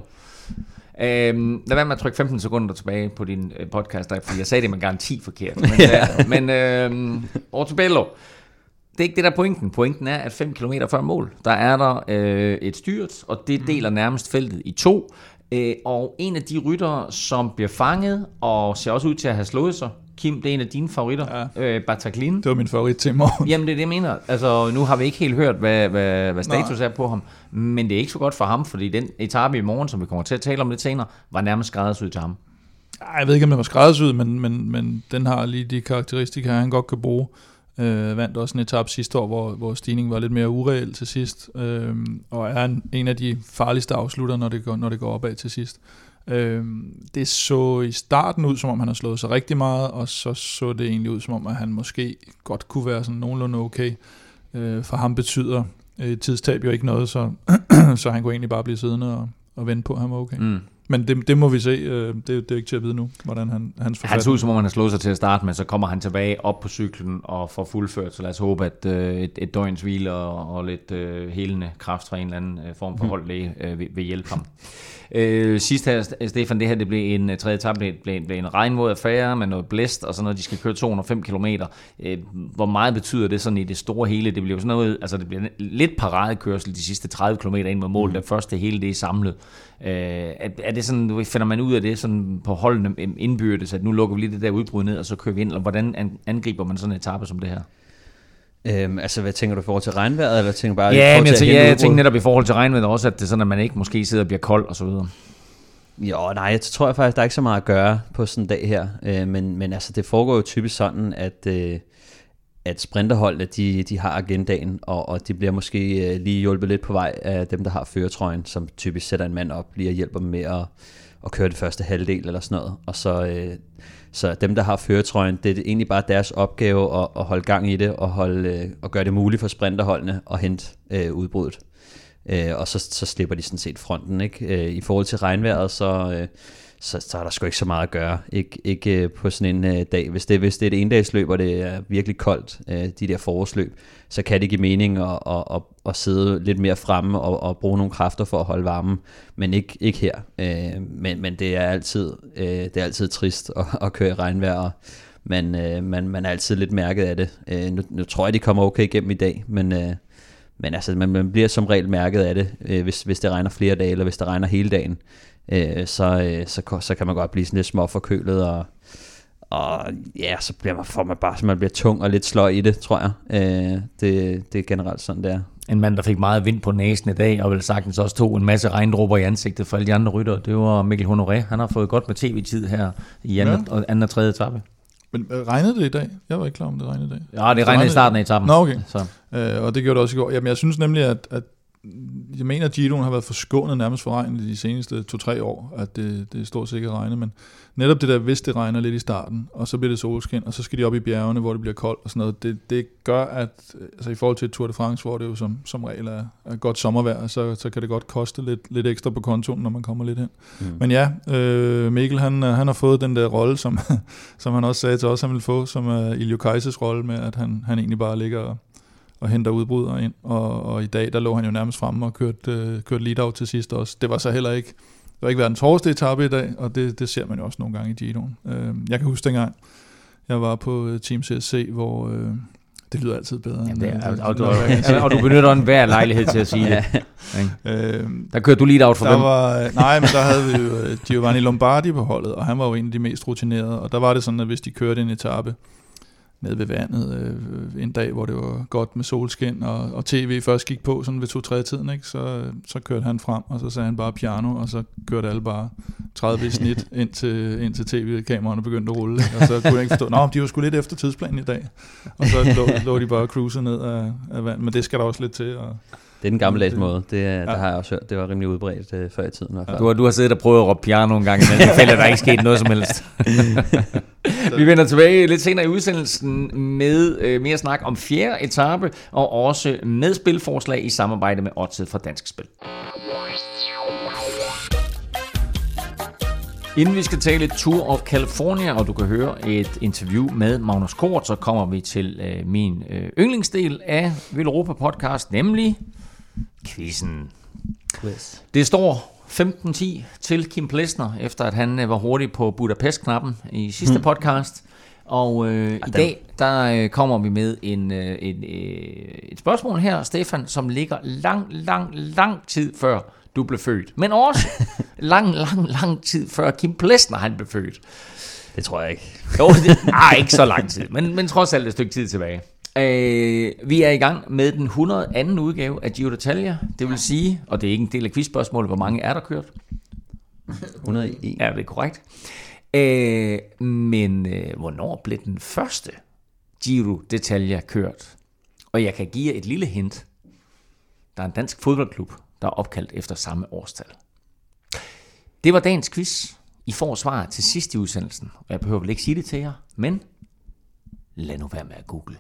Lad være med at trykke 15 sekunder tilbage på din podcast, fordi jeg sagde det med garanti forkert. Men Ortobello. Det er ikke det, der er pointen. Pointen er, at 5 km før mål, der er der et styrt, og det deler nærmest feltet i 2. Og en af de ryttere, som bliver fanget, og ser også ud til at have slået sig, Kim, det er en af dine favoritter, Battaglin. Det var min favorit til i morgen. Jamen, det er det, jeg mener. Altså, nu har vi ikke helt hørt, hvad status er på ham, men det er ikke så godt for ham, fordi den etape i morgen, som vi kommer til at tale om lidt senere, var nærmest skræddersyet til ham. Jeg ved ikke, om det var skræddersyet, men den har lige de karakteristika, han godt kan bruge. Vandt også en etape sidste år, hvor stigningen var lidt mere ureel til sidst, og er en af de farligste afslutter, når det går opad til sidst. Det så i starten ud, som om han har slået sig rigtig meget, og så det egentlig ud, som om at han måske godt kunne være sådan nogenlunde okay. For ham betyder tidstab jo ikke noget, så han kunne egentlig bare blive siddende og vente på, at han var okay. Men det må vi se. Det er ikke til at vide nu, hvordan hans forfatning... Han ser ud, som om han har slået sig til at starte med, så kommer han tilbage op på cyklen og får fuldført. Så lad os håbe, at et døgns hvile og lidt helende kraft fra en eller anden form for holdlæge vil hjælpe ham. Sidst her, Stefan, det her det blev en tredje etape, det blev en regnvåd affære med noget blæst, og så når de skal køre 205 kilometer. Hvor meget betyder det sådan i det store hele? Det bliver jo sådan noget, altså det bliver lidt paradekørsel de sidste 30 kilometer ind mod mål, da først det hele det er samlet. Er det sådan, finder man ud af det sådan på holdene indbyrdes, at nu lukker vi lige det der udbrud ned, og så kører vi ind, eller hvordan angriber man sådan en etape som det her? Altså, hvad tænker du i forhold til regnvejret, eller tænker bare jeg tænker netop i forhold til regnvejret også, at det er sådan, at man ikke måske sidder og bliver kold og så videre. Jo, nej, jeg tror faktisk, der er ikke så meget at gøre på sådan en dag her, men altså, det foregår jo typisk sådan, at sprinterholdene, de har agendaen, og de bliver måske lige hjulpet lidt på vej af dem, der har førertrøjen, som typisk sætter en mand op, lige og hjælper dem med at køre det første halvdel eller sådan noget, og så dem, der har førertrøjen, det er egentlig bare deres opgave at holde gang i det, og gøre det muligt for sprinterholdene at hente udbruddet. Og så slipper de sådan set fronten, ikke? I forhold til regnvejret, så er der sgu ikke så meget at gøre. Ikke på sådan en dag. Hvis det er et endagsløb, og det er virkelig koldt, de der forårsløb, så kan det give mening at sidde lidt mere fremme og bruge nogle kræfter for at holde varmen, men ikke her. Men det er altid trist at køre i regnvejr, og man er altid lidt mærket af det. Nu tror jeg, de kommer okay igennem i dag, men altså, man bliver som regel mærket af det, hvis det regner flere dage, eller hvis det regner hele dagen. Så kan man godt blive sådan lidt småforkølet, og ja, så får man bare, så man bliver tung og lidt sløj i det, tror jeg. Det er generelt sådan, det er. En mand, der fik meget vind på næsen i dag, og vel sagtens også tog en masse regndråber i ansigtet for alle de andre ryttere, det var Mikkel Honoré. Han har fået godt med tv-tid her i anden og tredje etape. Men regnede det i dag? Jeg var ikke klar om det regnede i dag. Ja, det regnede i starten af etappen. Nå, okay. Og det gjorde det også i går. Jamen, jeg synes nemlig, at jeg mener, at Giroen har været forskånet nærmest for regn de seneste 2-3 år, at det er stort sikkert regnet, men netop det der, hvis det regner lidt i starten, og så bliver det solskin, og så skal de op i bjergene, hvor det bliver koldt og sådan noget, det gør, at altså i forhold til Tour de France, hvor det jo som regel er godt sommervejr, så kan det godt koste lidt ekstra på kontoen, når man kommer lidt hen. Men ja, Mikkel, han har fået den der rolle, som han også sagde til os, han ville få, som er Iljo Kajses rolle med, at han egentlig bare ligger og henter udbrydere ind, og i dag, der lå han jo nærmest fremme og kørte lead-out til sidst også. Det var så heller ikke, det var ikke verdens hårdeste etape i dag, og det ser man jo også nogle gange i Giroen. Jeg kan huske dengang, jeg var på Team CSC, hvor det lyder altid bedre. Og du benytter en hver lejlighed til at sige det. Der kørte du lead-out for dem. Nej, men der havde vi jo Giovanni Lombardi på holdet, og han var jo en af de mest rutinerede, og der var det sådan, at hvis de kørte en etape ned ved vandet en dag, hvor det var godt med solskin, og tv først gik på sådan ved 2-3 tiden, ikke? Så kørte han frem, og så sagde han bare piano, og så kørte alle bare 30 i snit indtil tv-kameraerne begyndte at rulle, og så kunne jeg ikke forstå, de var sgu lidt efter tidsplanen i dag, og så lå de bare og cruise ned af vand, men det skal der også lidt til. Og det er den gammeldags måde, der har jeg også hørt, det var rimelig udbredt før i tiden. Du har siddet og prøvet at råbe piano en gang, men det fælder der ikke sket noget som helst. Vi vender tilbage lidt senere i udsendelsen med mere snak om 4. etape, og også med spilforslag i samarbejde med Odset fra Dansk Spil. Inden vi skal tale Tour of California, og du kan høre et interview med Magnus Kort, så kommer vi til min yndlingsdel af Villeuropa podcast, nemlig quizzen. Quiz. Det står 15-10 til Kim Plesner, efter at han var hurtig på Budapest-knappen i sidste podcast. Og i dag, der kommer vi med et spørgsmål her, Stefan, som ligger lang tid før du blev født. Men også lang tid før Kim Plesner han blev født. Det tror jeg ikke. Jo, ikke så lang tid, men trods alt et stykke tid tilbage. Vi er i gang med den 102. udgave af Giro d'Italia. Det vil sige, og det er ikke en del af quizspørgsmålet, hvor mange er der kørt? 101. Ja, det er korrekt. Men hvornår blev den første Giro d'Italia kørt? Og jeg kan give jer et lille hint. Der er en dansk fodboldklub, der er opkaldt efter samme årstal. Det var dagens quiz. I får svaret til sidst i udsendelsen. Og jeg behøver vel ikke sige det til jer, men lad nu være med at google.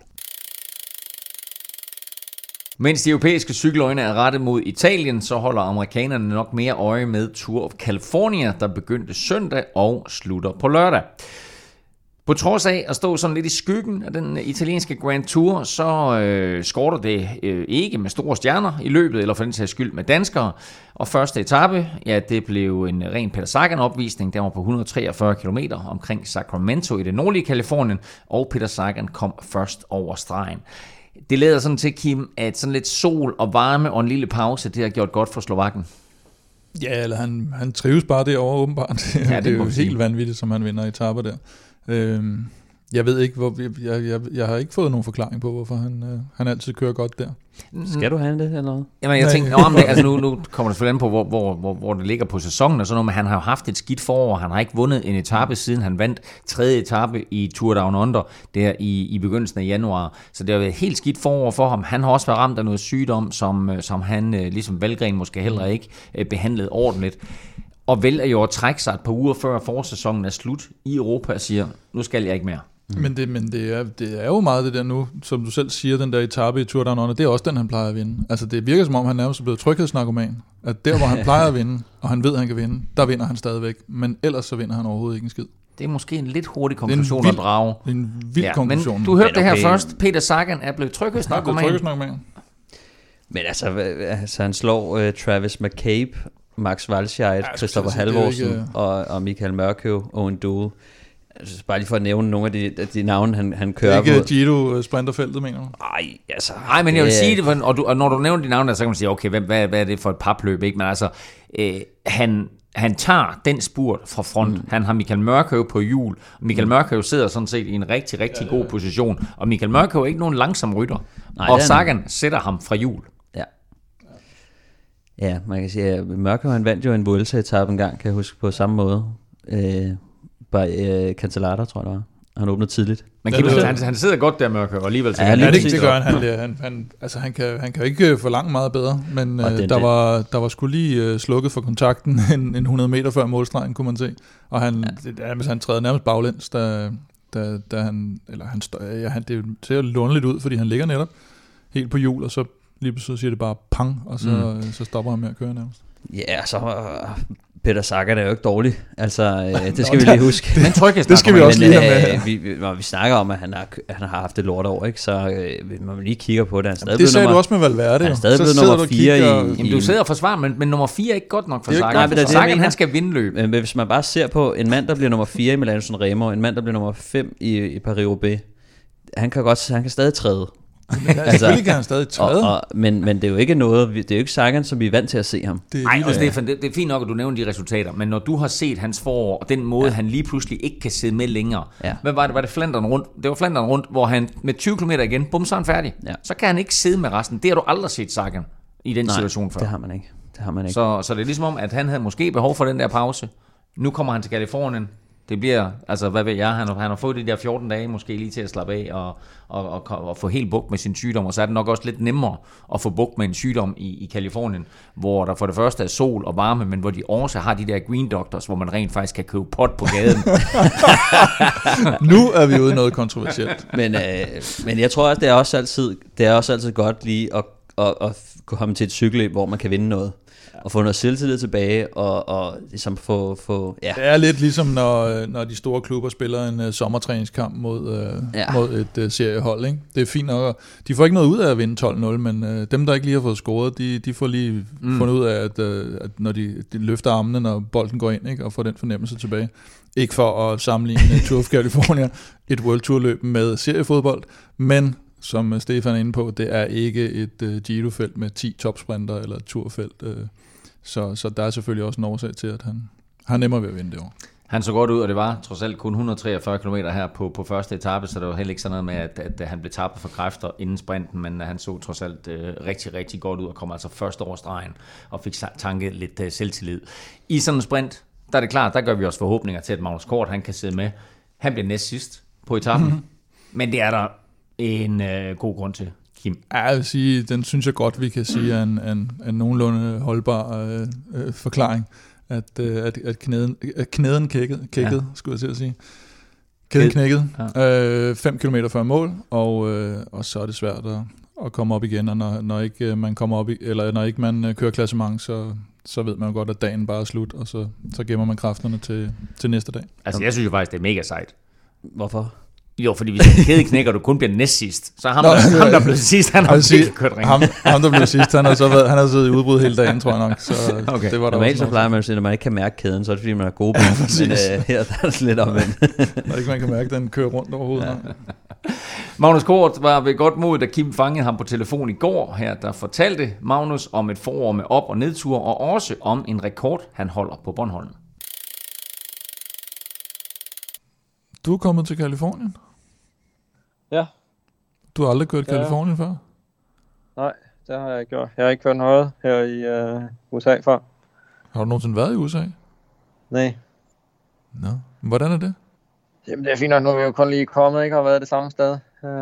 Mens de europæiske cykeløjne er rettet mod Italien, så holder amerikanerne nok mere øje med Tour of California, der begyndte søndag og slutter på lørdag. På trods af at stå sådan lidt i skyggen af den italienske Grand Tour, så skorter det ikke med store stjerner i løbet, eller for den sags skyld med danskere. Og første etape, ja, det blev en ren Peter Sagan-opvisning. Den var på 143 km omkring Sacramento i det nordlige Kalifornien, og Peter Sagan kom først over stregen. Det lader sådan til, Kim, at sådan lidt sol og varme og en lille pause, det har gjort godt for Slovakken. Ja, eller han trives bare derovre åbenbart. Ja, det er jo helt vanvittigt, som han vinder etaper der. Jeg ved ikke, jeg har ikke fået nogen forklaring på, hvorfor han altid kører godt der. Skal du have det, eller? Jamen, jeg tænkte, altså nu kommer det selvfølgelig an på, hvor det ligger på sæsonen og sådan noget, men han har jo haft et skidt forår. Han har ikke vundet en etape, siden han vandt 3. etape i Tour Down Under, der i begyndelsen af januar. Så det har været et helt skidt forår for ham. Han har også været ramt af noget sygdom, som han, ligesom Valgren, måske heller ikke behandlet ordentligt. Og vælger jo at trække sig et par uger før forsæsonen er slut i Europa og siger, nu skal jeg ikke mere. Men det er jo meget det der nu, som du selv siger, den der etape i Tour Down Under, det er også den, han plejer at vinde. Altså det virker som om, han nærmest er blevet tryghedsnarkoman. At der, hvor han plejer at vinde, og han ved, at han kan vinde, der vinder han stadigvæk. Men ellers så vinder han overhovedet ikke en skid. Det er måske en lidt hurtig konklusion at drage. Det er en vild konklusion. Men du hørte det her først. Peter Sagan er blevet tryghedsnarkoman. Men altså han slår Travis McCabe, Max Walscheid, Christopher Halvorsen og Michael Mørkøv og en duel. Altså, bare lige for at nævne nogle af de navne, han kører på. Det er ikke Giro sprinterfeltet, mener du? Nej, men jeg vil sige det, og når du nævner de navne, så kan man sige, okay, hvad er det for et papløb, ikke? Men altså, han tager den spurt fra front. Han har Michael Mørkøv på hjul. Michael Mørkøv sidder sådan set i en rigtig, rigtig god position. Og Michael Mørkøv er ikke nogen langsom rytter. Og Sagan sætter ham fra hjul. Ja, man kan sige, at Mørkøv han vandt jo en Vuelta-etape en gang, kan jeg huske, på samme måde. Bare Cancellara, tror jeg det var. Han åbnede tidligt. Men han sidder godt der, Mørkøv, og alligevel... det gør han. Han kan ikke forlange meget bedre, men der var sgu lige slukket for kontakten en 100 meter før målstregen, kunne man se. Og han træder nærmest baglæns, da han... det ser lundeligt ud, fordi han ligger netop helt på hjul, og så lige så siger det bare pang, og så stopper han med at køre nærmest. Ja, så Peter Sagan er jo ikke dårlig. Altså, det skal vi lige huske. Men det skal vi også lige have med. Vi snakker om, at han har haft det lort over, ikke? Så når man lige kigger på det, det sagde du også med Valverde. Han er stadig blevet nummer 4 Jamen, du sidder og forsvarer, men nummer 4 er ikke godt nok for Sagan. Sagan, han skal vinde løb. Men hvis man bare ser på en mand, der bliver nummer 4 i Milano-San Remo, en mand, der bliver nummer 5 i Paris-Roubaix, han kan stadig træde. Selvfølgelig kan han stadig træde. Men det er jo ikke noget, det er jo ikke Sagan, som vi er vant til at se ham. Nej, og Stefan, det er fint nok, at du nævner de resultater, men når du har set hans forår, og den måde, han lige pludselig ikke kan sidde med længere. Hvad var det? Var det Flandern rundt? Det var Flandern rundt, hvor han med 20 km igen, bum, så er han færdig. Så kan han ikke sidde med resten. Det har du aldrig set Sagan i den situation før. Det har man ikke. Så det er ligesom om, at han havde måske behov for den der pause. Nu kommer han til Kalifornien. Det bliver, altså hvad ved jeg, han har fået de der 14 dage måske lige til at slappe af og få helt bugt med sin sygdom, og så er det nok også lidt nemmere at få bugt med en sygdom i Kalifornien, hvor der for det første er sol og varme, men hvor de også har de der green doctors, hvor man rent faktisk kan købe pot på gaden. Nu er vi ude i noget kontroversielt. Men jeg tror også, det er også altid godt lige at komme til et cykelløb, hvor man kan vinde noget. Og få noget selvtillid tilbage, og ligesom få Det er lidt ligesom, når de store klubber spiller en sommertræningskamp mod et seriehold, ikke? Det er fint nok. De får ikke noget ud af at vinde 12-0, men dem, der ikke lige har fået scoret, de får lige fundet ud af, at når de løfter armene, når bolden går ind, ikke? Og får den fornemmelse tilbage. Ikke for at sammenligne Tour of California, et World Tour løb med seriefodbold, men som Stefan er inde på, det er ikke et Giro-felt med 10 topsprinter eller et Tour-felt. Så der er selvfølgelig også en årsag til, at han har nemmere ved at vinde det år. Han så godt ud, og det var trods alt kun 143 km her på første etape, så det var heller ikke sådan noget med, at han blev tappet for kræfter inden sprinten, men han så trods alt rigtig, rigtig godt ud og kom altså først over stregen og fik tanket lidt selvtillid. I sådan en sprint, der er det klart, der gør vi også forhåbninger til, at Magnus Kort, han kan sidde med. Han bliver næst sidst på etappen, men det er der en god grund til. Kim? Ja, jeg vil sige, den synes jeg godt, vi kan sige er en nogenlunde holdbar forklaring, at knæden kækket, skulle jeg til at sige. Kæden knækket, 5 km før mål, og så er det svært at komme op igen, og når ikke man kommer op eller når ikke man kører klassement, så ved man jo godt, at dagen bare er slut, og så gemmer man kræfterne til næste dag. Altså, jeg synes jo faktisk, det er mega sejt. Hvorfor? Jo, fordi hvis en kæde knækker, og du kun bliver næst sidst, så ham der blev sidst, han har ikke kørt ring. Ham, der blev sidst, han har siddet i udbrud hele dagen, tror jeg nok. Så okay. Det var der normalt så plejer man at sige, at man ikke kan mærke kæden, så er det fordi, man er gode ben. Men her der er det lidt omvendt. Når ikke man kan mærke, at den kører rundt overhovedet. Ja. Magnus Kort var ved godt mod, da Kim fangede ham på telefon i går her, der fortalte Magnus om et forår med op- og nedtur, og også om en rekord, han holder på Bornholm. Du er kommet til Kalifornien? Ja. Du har aldrig kørt Kalifornien før? Nej, det har jeg ikke gjort. Jeg har ikke kørt noget her i USA før. Har du nogensinde været i USA? Nej. Nå, hvordan er det? Jamen det er fint nok, nu er vi jo kun lige kommet, ikke, og været det samme sted.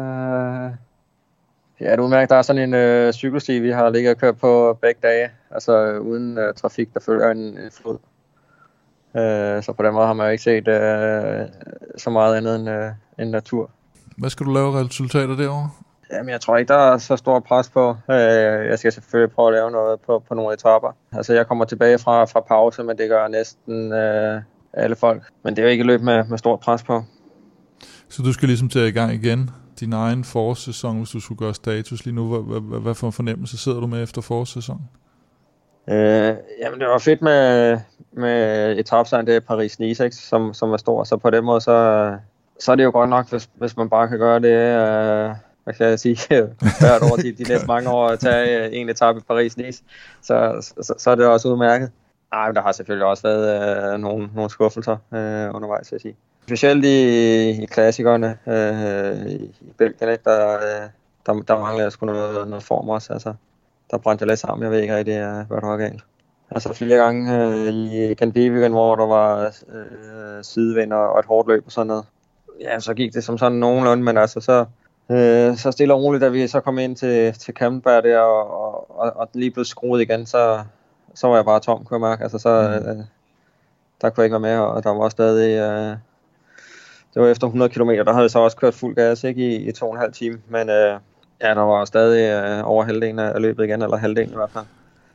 Ja, du mærker, der er sådan en cykelsti, vi har ligget og kørt på begge dage, altså uden trafik, der følger en flod. Så på den måde har man jo ikke set så meget andet end natur. Hvad skal du lave resultater derovre? Jamen, jeg tror ikke, der er så stor pres på. Jeg skal selvfølgelig prøve at lave noget på nogle etaper. Altså, jeg kommer tilbage fra pause, men det gør næsten alle folk. Men det er jo ikke løb med stort pres på. Så du skal ligesom til i gang igen? Din egen forårssæson, hvis du skulle gøre status lige nu. Hvad for en fornemmelse sidder du med efter forårssæsonen? Jamen, det var fedt med etapesejren, det er Paris-Nice, som er stor. Så på den måde, så er det jo godt nok, hvis man bare kan gøre det... hvad kan jeg sige, hvert år de næste mange år at tage en etape i Paris-Nice, så er det også udmærket. Nej, men der har selvfølgelig også været nogle skuffelser undervejs, vil jeg sige. Specielt i klassikerne i Belgien, ikke? Der mangler jeg sgu noget form også. Altså, der brændte jeg lidt sammen, jeg ved ikke rigtig, hvad der var galt. Altså flere gange i Gandivien, hvor der var sidevind og et hårdt løb og sådan noget. Ja, så gik det som sådan nogenlunde, men altså så stille og roligt, da vi så kom ind til Camembert der, og lige blev skruet igen, så var jeg bare tom, kunne jeg mærke. Altså der kunne jeg ikke være med, og der var stadig... det var efter 100 km, der havde jeg så også kørt fuld gas, ikke i 2,5 timer, men ja, der var stadig over halvdelen af løbet igen, eller halvdelen i hvert fald.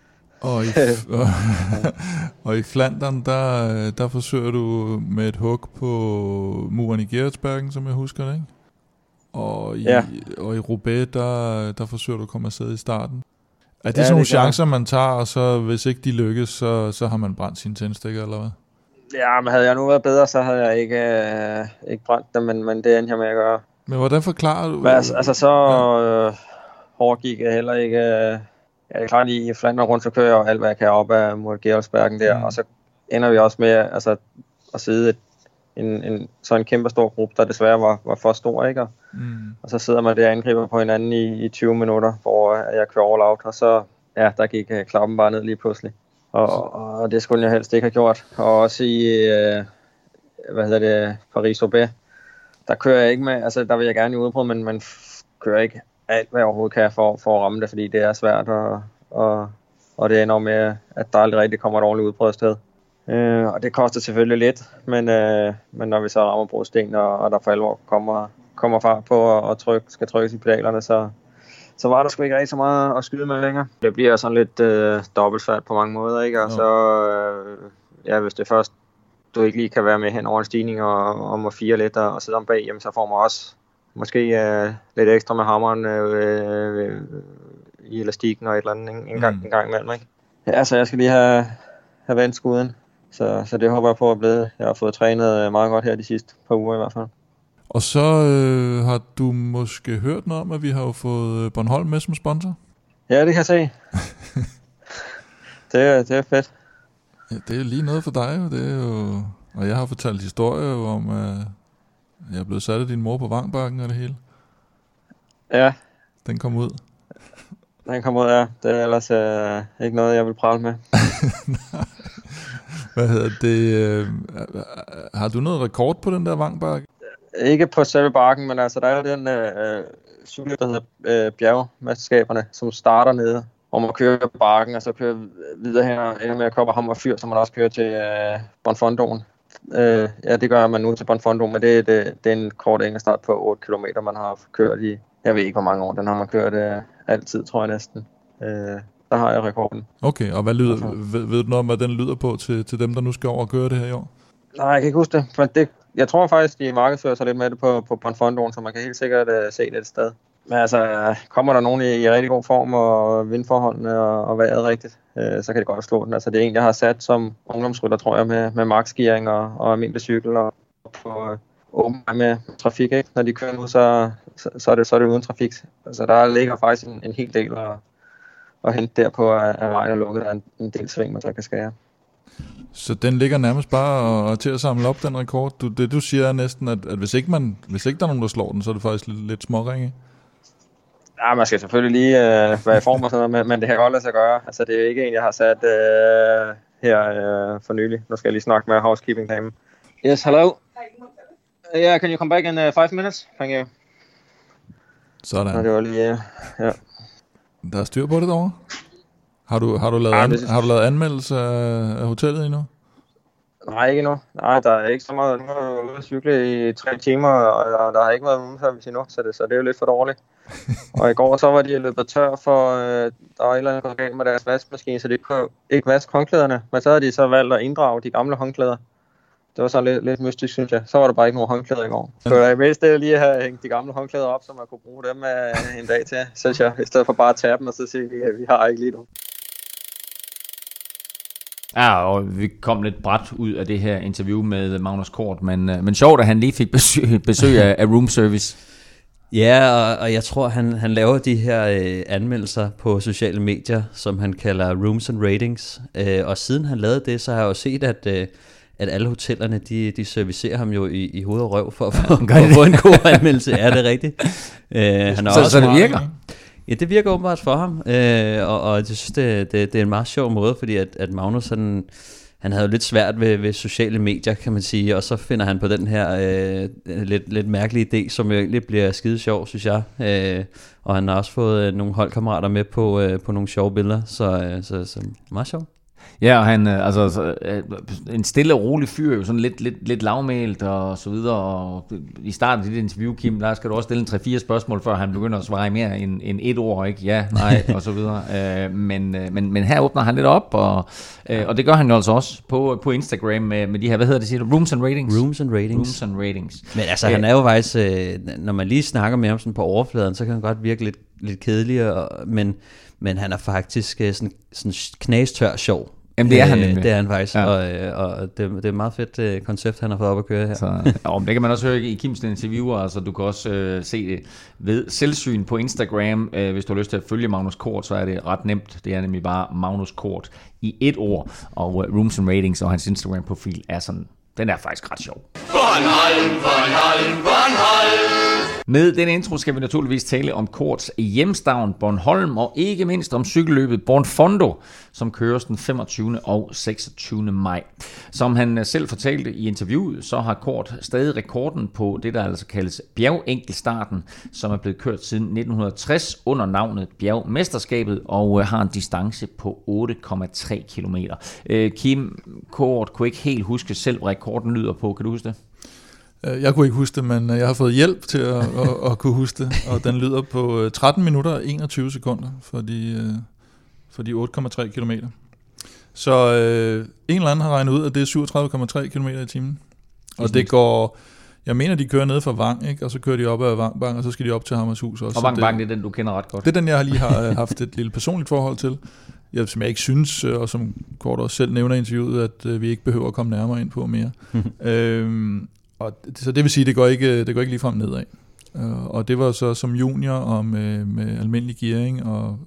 Og i Flandern, der forsøger du med et hug på muren i Gerardsbergen, som jeg husker det, ikke? Og i Roubaix, der forsøger du at komme afsted i starten. Er det sådan nogle chancer, man tager, og så hvis ikke de lykkes, så har man brændt sine tændstikker, eller hvad? Ja, men havde jeg nu været bedre, så havde jeg ikke brændt dem, men det endte jeg med at gøre. Men hvordan forklarer du? Men altså så hårdt gik jeg heller ikke. Ja, det er klart, i Flandern rundt, så kører jeg alt, hvad jeg kan op ad mod Gerardsbergen der, og så ender vi også med at sidde så en kæmpe stor gruppe, der desværre var for stor, ikke? Og så sidder man der og angriber på hinanden i 20 minutter, hvor jeg kører all out, og så, ja, der gik klappen bare ned lige pludselig. Og det skulle jeg helst ikke have gjort. Og også i, Paris-Roubaix, der kører jeg ikke med, altså der vil jeg gerne i udbrud, men man kører ikke alt, hvad jeg overhovedet kan for at ramme det, fordi det er svært, og det ender med, at der aldrig rigtig kommer et ordentligt udbrudssted. Og det koster selvfølgelig lidt, men når vi så rammer brosten, og der for alvor kommer fart på og skal trykkes i pedalerne, så var der sgu ikke rigtig så meget at skyde med længere. Det bliver sådan lidt dobbeltsvært på mange måder, ikke? Og så, hvis det først du ikke lige kan være med hen over en stigning og må fire lidt og sidde om bag, jamen, så får man også måske lidt ekstra med hammeren i elastikken og et eller andet en gang imellem, ikke? Ja, så jeg skal lige have vendt skuden. Så det håber jeg på at blive. Jeg har fået trænet meget godt her de sidste par uger i hvert fald. Og så har du måske hørt noget om, at vi har jo fået Bornholm med som sponsor? Ja, det kan jeg se. det er fedt. Ja, det er lige noget for dig jo. Det er jo... Og jeg har fortalt historier om, at jeg er blevet sat af din mor på Vangbakken og det hele. Ja. Den kom ud. Den kom ud, ja. Det er ellers ikke noget, jeg vil prale med. Hvad hedder det? Har du noget rekord på den der Vangbakke? Ikke på selve bakken, men altså der er jo den cykel, der hedder bjergmesterskaberne, som starter nede, og man kører bakken, og så kører videre her, ender med at komme Hammer Fyr, så man også kører til Bonfondoen. Ja, det gør man nu til Bonfondoen, men det er en kort enkeltstart på 8 km, man har kørt i, jeg ved ikke hvor mange år, den har man kørt altid, tror jeg næsten. Der har jeg rekorden. Okay, og ved du noget om, hvad den lyder på til dem, der nu skal over og køre det her i år? Nej, jeg kan ikke huske det, men jeg tror faktisk, de markedsfører sig lidt med det på Bonfondoen, så man kan helt sikkert se det et sted. Men altså, kommer der nogen i rigtig god form, og vindforholdene og vejret rigtigt, så kan det godt slå den. Altså, det er en, jeg har sat som ungdomsrytter, tror jeg, med maksgearing og almindelig cykel, og på åben med trafik, ikke? Når de kører nu, så er det uden trafik. Altså, der ligger faktisk en hel del at hente der på, at vejen er lukket. Der er en del sving, man så kan skære. Så den ligger nærmest bare til at samle op, den rekord? Det du siger er næsten, at hvis ikke der er nogen, der slår den, så er det faktisk lidt småringe. Ja, man skal selvfølgelig lige være i form og sådan noget, men det kan godt lade sig gøre. Altså, det er ikke en, jeg har sat her for nylig. Nu skal jeg lige snakke med housekeeping-damen. Yes, hello. Yeah, can you come back in 5 minutes? Thank you. Sådan. Det var lige, ja. Der er styr på det derovre? Har du lavet anmeldelse af hotellet endnu? Nej, ikke endnu. Nej, der er ikke så meget. Nu er jeg ude at cykle i 3 timer, og der har ikke været roomservice endnu, så det er jo lidt for dårligt. Og i går så var de løbet tør for, der var et eller andet gået galt med deres vaskemaskine, så de kunne ikke vaske håndklæderne. Men så havde de så valgt at inddrage de gamle håndklæder. Det var så lidt mystisk, synes jeg. Så var der bare ikke nogen håndklæder i går. Så det er mest det lige at have hængt de gamle håndklæder op, så man kunne bruge dem en dag til, synes jeg. I stedet for bare at tage dem og så sige, at vi har ikke lige nu. Ja, og vi kom lidt brat ud af det her interview med Magnus Kort, men sjovt, at han lige fik besøg af room service. Ja, og jeg tror, han laver de her anmeldelser på sociale medier, som han kalder Rooms and Ratings. Og siden han lavede det, så har jeg jo set, at alle hotellerne, de servicerer ham jo i hoved og røv for at få en god anmeldelse. Er det rigtigt? Så det virker? Ja, det virker åbenbart for ham, og jeg synes, det er en meget sjov måde, fordi at Magnus, han havde jo lidt svært ved sociale medier, kan man sige, og så finder han på den her lidt mærkelige idé, som jo egentlig bliver skide sjov, synes jeg, og han har også fået nogle holdkammerater med på nogle sjove billeder, så meget sjovt. Ja, og han, en stille og rolig fyr, jo sådan lidt lavmælt og så videre, og i starten af dit interview, Kim, der skal du også stille 3-4 spørgsmål, før han begynder at svare mere end et ord, ikke? Ja, nej, og så videre. Men her åbner han lidt op, og det gør han jo altså også på Instagram med de her, hvad hedder det, siger du? Rooms and Ratings? Rooms and Ratings. Rooms and Ratings. Men altså, han er jo faktisk, når man lige snakker med ham sådan på overfladen, så kan han godt virke lidt kedelig, men han er faktisk sådan knastør sjov. Jamen det er han nemlig. Det er han faktisk, ja. Og det er et meget fedt koncept, han har fået op at køre her. Så, det kan man også høre i Kims interviewer, altså du kan også se det ved selvsyn på Instagram. Hvis du har lyst til at følge Magnus Kort, så er det ret nemt. Det er nemlig bare Magnus Kort i et ord, og Rooms and Ratings og hans Instagram-profil er sådan, den er faktisk ret sjov. Bornholm. Med den intro skal vi naturligvis tale om Korts hjemstavn Bornholm, og ikke mindst om cykelløbet Born Fondo, som køres den 25. og 26. maj. Som han selv fortalte i interviewet, så har Kort stadig rekorden på det, der altså kaldes bjergenkeltstarten, som er blevet kørt siden 1960 under navnet Bjergmesterskabet, og har en distance på 8,3 kilometer. Kim, Kort kunne ikke helt huske selv, hvad rekorden lyder på. Kan du huske det? Jeg kunne ikke huske det, men jeg har fået hjælp til at kunne huske det, og den lyder på 13 minutter og 21 sekunder for de 8,3 kilometer. Så en eller anden har regnet ud, at det er 37,3 kilometer i timen. Og det går, jeg mener, de kører ned fra Vang, ikke? Og så kører de op ad Vang, og så skal de op til Hammershus også. Og Vang, det er den, du kender ret godt. Det er den, jeg lige har haft et lille personligt forhold til. Som jeg ikke synes, og som Kort også selv nævner i interviewet, at vi ikke behøver at komme nærmere ind på mere. Og så det vil sige, det går ikke ligefrem nedad. Og det var så som junior og med almindelig gearing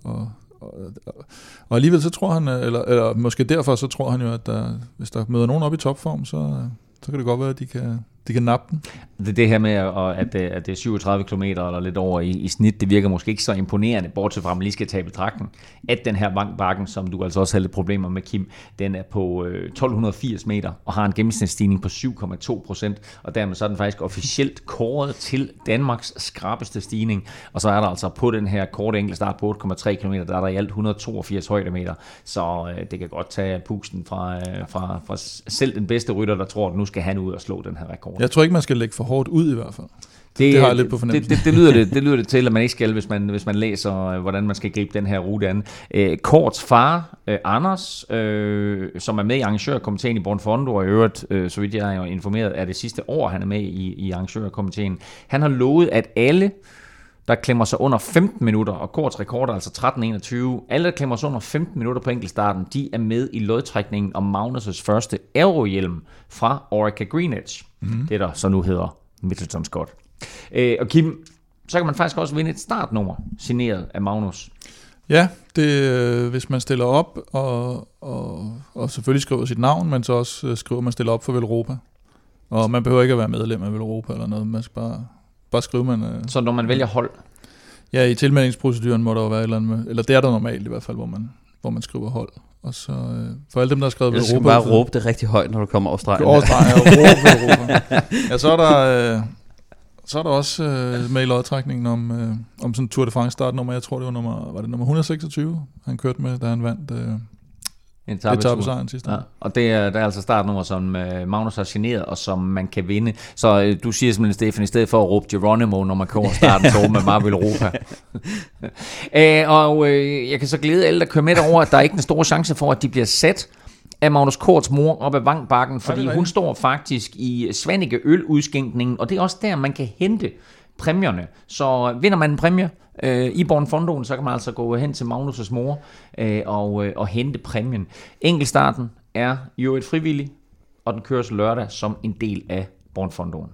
og alligevel så tror han, eller måske derfor så tror han jo, at hvis der møder nogen op i topform, så kan det godt være, at de kan nappe den. Det her med, at det er 37 km eller lidt over i snit, det virker måske ikke så imponerende, bortset fra, at man lige skal tage betragtning, at den her bakken, som du altså også havde lidt problemer med, Kim, den er på 1280 meter og har en gennemsnitsstigning på 7,2%, og dermed så er den faktisk officielt kåret til Danmarks skrappeste stigning, og så er der altså på den her korte enkeltstart på 8,3 km, der er der i alt 182 højdemeter, så det kan godt tage pusten fra selv den bedste rytter, der tror, at nu skal han ud og slå den her rekord. Jeg tror ikke, man skal lægge for hårdt ud i hvert fald. Det har jeg lidt på fornemmelsen. Det lyder det til, at man ikke skal, hvis man læser, hvordan man skal gribe den her rute an. Korts far, Anders, som er med i arrangørkomiteen i Born Fondo, og i øvrigt, så vidt jeg er informeret, er det sidste år, han er med i arrangørkomiteen. Han har lovet, at alle, der klemmer sig under 15 minutter, og Korts rekord er altså 13:21, alle, der klemmer sig under 15 minutter på enkeltstarten, de er med i lodtrækningen om Magnus' første aerohjelm fra Orica Green Edge. Det der så nu hedder Mitchelton Scott. Og Kim, så kan man faktisk også vinde et startnummer, signeret af Magnus. Ja, det, hvis man stiller op, og selvfølgelig skriver sit navn, men så også skriver, man stiller op for Velropa. Og man behøver ikke at være medlem af Velropa eller noget, man skal bare skrive, man... Så når man vælger hold? Ja, i tilmeldingsproceduren må der jo være et eller andet, eller det er der normalt i hvert fald, hvor man skriver hold. Og så for alle dem, der har skrevet Velropa... Du skal bare råbe det rigtig højt, når du kommer over stregen. Over stregen, og råbe Velropa. Ja, så er der også med i lodtrækningen om sådan Tour de France startnummer. Jeg tror, det var nummer 126, han kørte med, da han vandt Etapesejren sidste år. Ja, og det er altså startnummer, som Magnus har generet, og som man kan vinde. Så du siger simpelthen, Stefan, i stedet for at råbe Geronimo, når man kører starten, så man bare vil Europa. Jeg kan så glæde alle, der kører med over, at der er ikke en stor chance for, at de bliver sat af Magnus Korts mor op ad Vangbakken, fordi hun står faktisk i Svanike øludskænkningen, og det er også der, man kan hente præmierne. Så vinder man en præmie i Born Fondoen, så kan man altså gå hen til Magnus' mor og hente præmien. Enkeltstarten er jo et frivillig, og den køres lørdag som en del af Born Fondoen.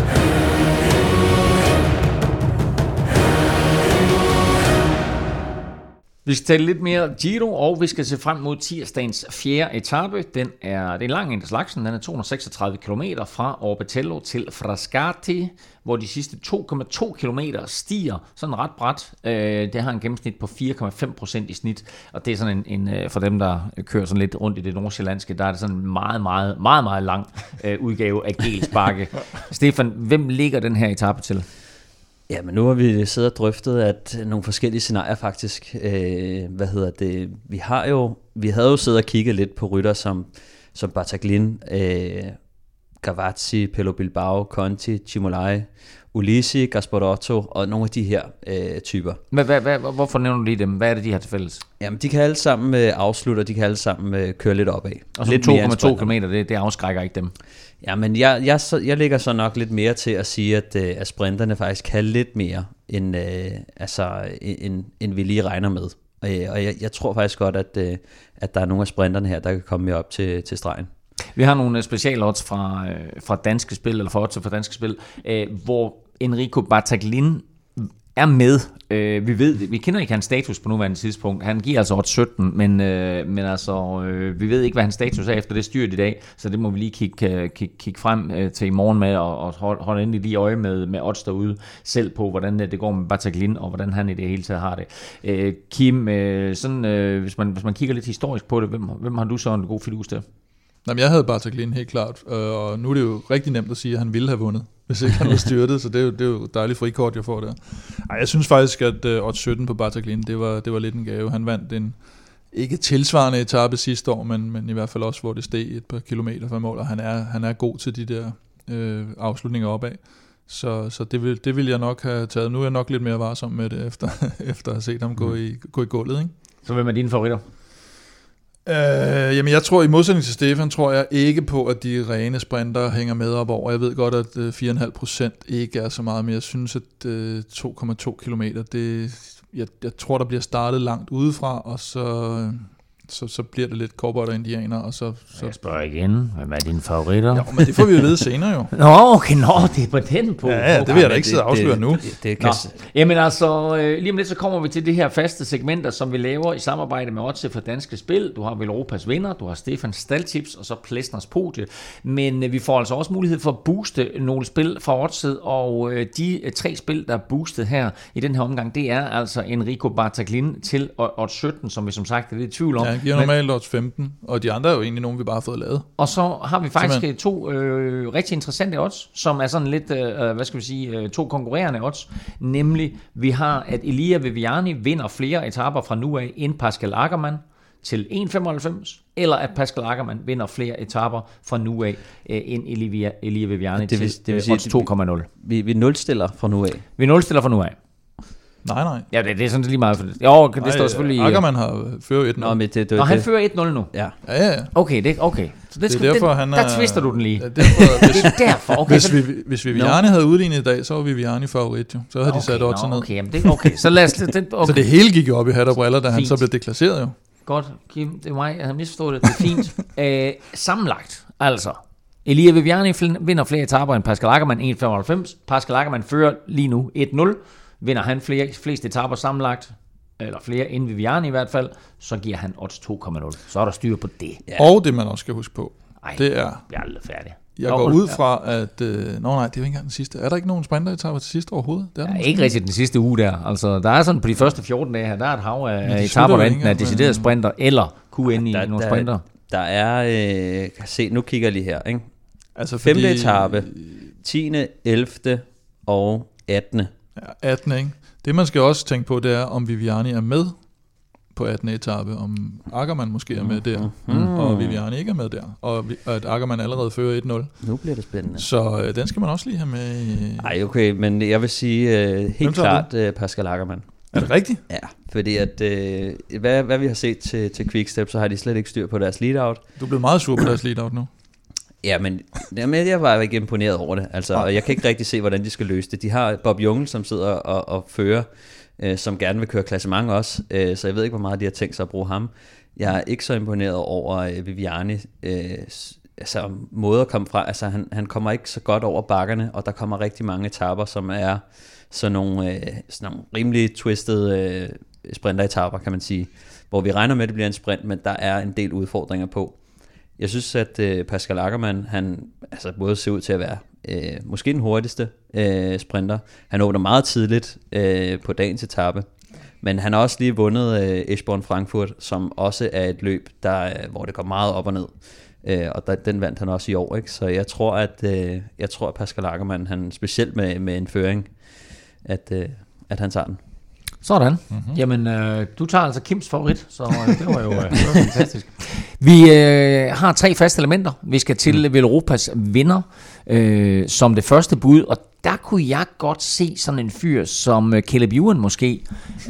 Vi skal tale lidt mere Giro, og vi skal se frem mod tirsdagens 4. etape. Det er en lang en af slagsen. Den er 236 km fra Orbetello til Frascati, hvor de sidste 2,2 km stiger sådan ret brat. Det har en gennemsnit på 4,5% i snit, og det er sådan en for dem, der kører sådan lidt rundt i det nordsjællandske, der er det sådan en meget lang udgave af Gelsbakke. Stefan, hvem ligger den her etape til? Ja, men nu har vi siddet og drøftet at nogle forskellige scenarier faktisk. Vi havde jo siddet og kigget lidt på rytter som Battaglin, Gavazzi, Pello Bilbao, Conti, Cimolai, Ulissi, Gasparotto og nogle af de her typer. Hvorfor nævner du lige dem? Hvad er det, de har til fælles? Jamen, de kan alle sammen afslutte, og de kan alle sammen køre lidt opad. Og så 2,2 km, det afskrækker ikke dem. Ja, men jeg ligger så nok lidt mere til at sige, at sprinterne faktisk kan lidt mere, end vi lige regner med. Og jeg tror faktisk godt, at der er nogle af sprinterne her, der kan komme mere op til stregen. Vi har nogle specialodds fra Danske Spil, eller fra odds fra Danske Spil, hvor Enrico Battaglin er med. Vi kender ikke hans status på nuværende tidspunkt. Han giver altså odds 17, men vi ved ikke, hvad hans status er efter det styrt i dag, så det må vi lige kigge frem til i morgen med, og holde endelig lige øje med odds derude, selv på, hvordan det går med Battaglin, og hvordan han i det hele taget har det. Kim, hvis man kigger lidt historisk på det, hvem har du så en god fidus til? Jamen, jeg havde Battaglin helt klart, og nu er det jo rigtig nemt at sige, at han ville have vundet, hvis ikke han var styrtet, så det er jo dejligt frikort, jeg får der. Ej, jeg synes faktisk, at odds 17 på Battaglin, det var lidt en gave. Han vandt en ikke tilsvarende etape sidste år, men i hvert fald også, hvor det steg et par kilometer fra mål, og han er god til de der afslutninger opad. Så det vil jeg nok have taget. Nu er jeg nok lidt mere varsom med det, efter at have set ham gå i gulvet, ikke? Så hvem er dine favoritter? Jamen jeg tror, i modsætning til Stefan, tror jeg ikke på, at de rene sprinter hænger med op over. Jeg ved godt, at 4,5% ikke er så meget, men jeg synes, at 2,2 kilometer, jeg tror, der bliver startet langt udefra, og så bliver det lidt cowboy og indianer, og så... Jeg spørger igen, hvem er dine favoritter? Ja, men det får vi jo vide senere jo. Nå, okay, det er på den på. Ja, det vil jeg da ikke sidde og afsløre nu. Jamen altså, lige om lidt så kommer vi til det her faste segmenter, som vi laver i samarbejde med Odds for Danske Spil. Du har Velropas vinder, du har Stefans staldtips, og så Plesners podie. Men vi får altså også mulighed for at booste nogle spil fra Oddset, og de 3 spil, der er boostet her i den her omgang, det er altså Enrico Battaglin til odds 17, som vi som sagt er lidt i tvivl om. Ja, han giver normalt odds 15, og de andre er jo egentlig nogen, vi bare har fået lavet. Og så har vi faktisk 2 rigtig interessante odds, som er sådan lidt, 2 konkurrerende odds. Nemlig, vi har, at Elia Viviani vinder flere etaper fra nu af end Pascal Ackermann til 1,95, eller at Pascal Ackermann vinder flere etaper fra nu af end Elia Viviani til odds 2,0. Vi nulstiller fra nu af. Vi nulstiller fra nu af. Nej. Ja, det er sådan lige meget. Jo, det står selvfølgelig... Ackermann har fører 1-0. Nå, han fører 1-0 nu? Ja. Okay. Så det er derfor, der twister du den lige. Ja, derfor, det er derfor. Okay, hvis Viviani havde udlignet i dag, så var Viviani favorit jo. Så havde de sat odds ned. Okay, så lad os... Så det hele gik jo op i hat og briller, da han så blev deklasseret jo. Godt, Kim, det er mig. Jeg har misforstået det. Det er fint. Sammenlagt, altså. Elia Viviani vinder flere etaper end Pascal Ackermann, 1,95. Pascal Ackermann fører lige nu 1-0. Vinder han flest etaper sammenlagt, eller flere end Viviani i hvert fald, så giver han odds 2,0. Så er der styr på det. Ja. Og det man også skal huske på, det er... Jeg er aldrig færdig. Jeg går ud fra, at... nej, det er ikke engang den sidste. Er der ikke nogen sprinteretaper til sidste overhovedet? Det er ikke rigtig den sidste uge der. Altså, der er sådan på de første 14 dage her, der er et hav af etaper, der enten er deciderede sprinter, eller kunne ende i nogle sprinter. Der er... se, nu kigger jeg lige her, ikke? Altså 5. etape, 10., 11. og 18. Ja, 18, ikke? Det man skal også tænke på, det er, om Viviani er med på 18. etape, om Ackermann måske er med der, og Viviani ikke er med der, og at Ackermann allerede fører 1-0. Nu bliver det spændende. Så den skal man også lige have med. Ej, okay, men jeg vil sige helt klart Pascal Ackermann. Er det rigtigt? Ja, fordi at hvad vi har set til Quickstep, så har de slet ikke styr på deres lead-out. Du er blevet meget sur på deres lead-out nu. Ja, men jeg var ikke imponeret over det. Altså, og jeg kan ikke rigtig se, hvordan de skal løse det. De har Bob Jungel, som sidder og fører, som gerne vil køre klassement også. Så jeg ved ikke, hvor meget de har tænkt sig at bruge ham. Jeg er ikke så imponeret over Viviani. Altså, måde at komme fra. Altså, han kommer ikke så godt over bakkerne, og der kommer rigtig mange etaper, som er sådan nogle rimelig twisted sprinteretaper, kan man sige. Hvor vi regner med, at det bliver en sprint, men der er en del udfordringer på. Jeg synes, at Pascal Ackermann, han altså både ser ud til at være måske den hurtigste sprinter. Han åbner meget tidligt på dagens etape, men han har også lige vundet Eschborn-Frankfurt, som også er et løb, hvor det går meget op og ned. Og den vandt han også i år, ikke? Så jeg tror, at Pascal Ackermann, han specielt med en føring, at han tager den. Sådan. Mm-hmm. Jamen, du tager altså Kims favorit, så det var jo fantastisk. Vi har 3 faste elementer. Vi skal til Velropas vinder som det første bud, og der kunne jeg godt se sådan en fyr som Caleb Ewan måske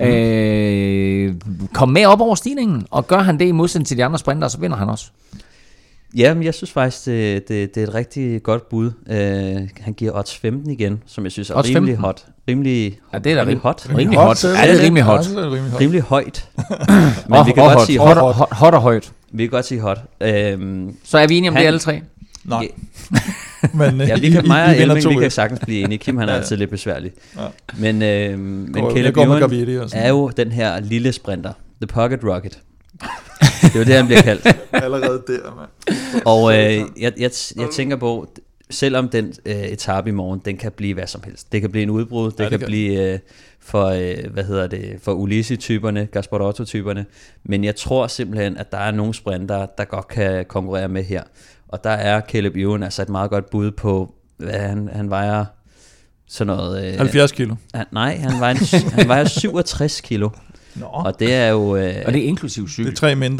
komme med op over stigningen, og gør han det i modsætning til de andre sprinter, så vinder han også. Ja, men jeg synes faktisk, det er et rigtig godt bud. Han giver odds 15 igen, som jeg synes er odds rimelig 15. hot. Rimelig ja, det er rimelig hot. Rimelig hot. Ja, det er rimelig hot. Rimelig højt. Men vi kan godt sige hot og højt. Vi kan godt sige hot. Så er vi enige om det alle 3? Nej. Men mig og Elming, vi kan sagtens blive enige. Kim, han er altid lidt besværlig. Ja. Men Caleb Ewan er jo den her lille sprinter. The Pocket Rocket. Det er jo det, han bliver kaldt. Allerede der, mand. Og jeg tænker på, selvom den etape i morgen, den kan blive hvad som helst. Det kan blive en udbrud, det kan blive for Ulissi-typerne, Gasparotto-typerne. Men jeg tror simpelthen, at der er nogle sprinter, der godt kan konkurrere med her. Og der er Caleb Ewan altså et meget godt bud på, hvad han vejer sådan noget... 70 kilo. Han vejer 67 kilo. Nå. Og det er jo... og det er inklusiv cykel. Det er 3 mindre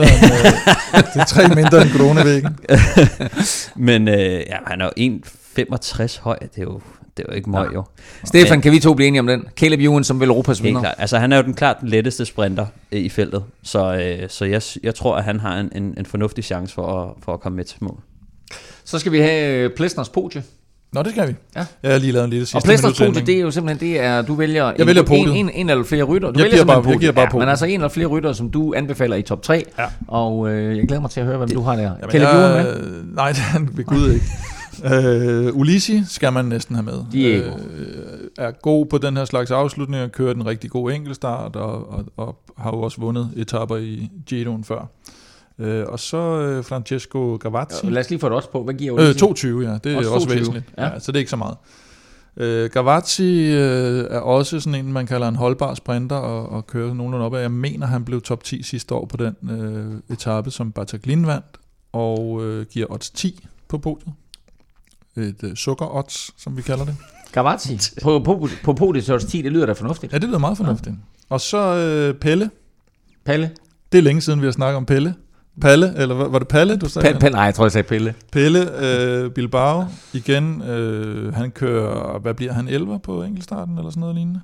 end Kronevæggen. Men han er jo 1,65 høj. Det er jo ikke møg, jo. Stefan, kan vi 2 blive enige om den? Caleb Ewan som Velropas vinder. Klart. Altså, han er jo den letteste sprinter i feltet. Så jeg tror, at han har en fornuftig chance for at komme med til mål. Så skal vi have Plesners podie. Nå, det skal vi. Ja. Jeg har lige lavet en lille sidste. Og Plesners podie, det er jo simpelthen, du vælger en eller flere rytter. Jeg giver bare podie. Men altså en eller flere rytter, som du anbefaler i top 3. Ja. Og jeg glæder mig til at høre, hvem du har der. Caleb Ewan med? Nej, det er han ved Gud ikke. Ulissi skal man næsten have med. Er god på den her slags afslutninger, kører den rigtig god enkeltstart, og har jo også vundet etaper i Giroen før. Og så Francesco Gavazzi. Lad os lige få det også på. Hvad giver Ulissi? 22, ja. Det er også væsentligt. Ja, så det er ikke så meget. Gavazzi er også sådan en, man kalder en holdbar sprinter, og kører nogenlunde op af. Jeg mener, han blev top 10 sidste år på den etape, som Battaglin vandt, og giver odds 10 på podiet. Et sukker-odds, som vi kalder det. Gavazzi på podiet til odds 10, det lyder da fornuftigt. Ja, det lyder meget fornuftigt. Ja. Og så Pelle. Pelle? Det er længe siden, vi har snakket om Pelle. Palle, eller var det Palle, du sagde? Nej, jeg tror, jeg sagde Pelle. Pelle, Bilbao, igen, han kører, hvad bliver han, 11 på enkeltstarten, eller sådan noget lignende.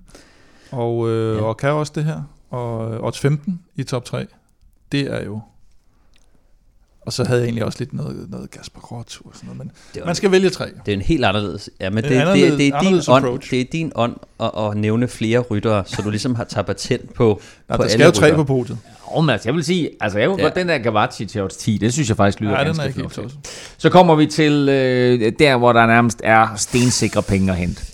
Og kan også det her. Og odds 15 i top 3. Det er jo... Og så havde jeg egentlig også lidt noget Gasparotto og sådan noget, men man skal vælge 3. Det er en helt anderledes... Ja, men det er din ånd at nævne flere ryttere, så du ligesom har taget patent på der skal jo 3 på podiet. Jeg vil sige, altså jeg vil godt den der Gavazzi til odds 10, det synes jeg faktisk lyder ganske fornuftigt. Så kommer vi til der, hvor der nærmest er stensikre penge at hente.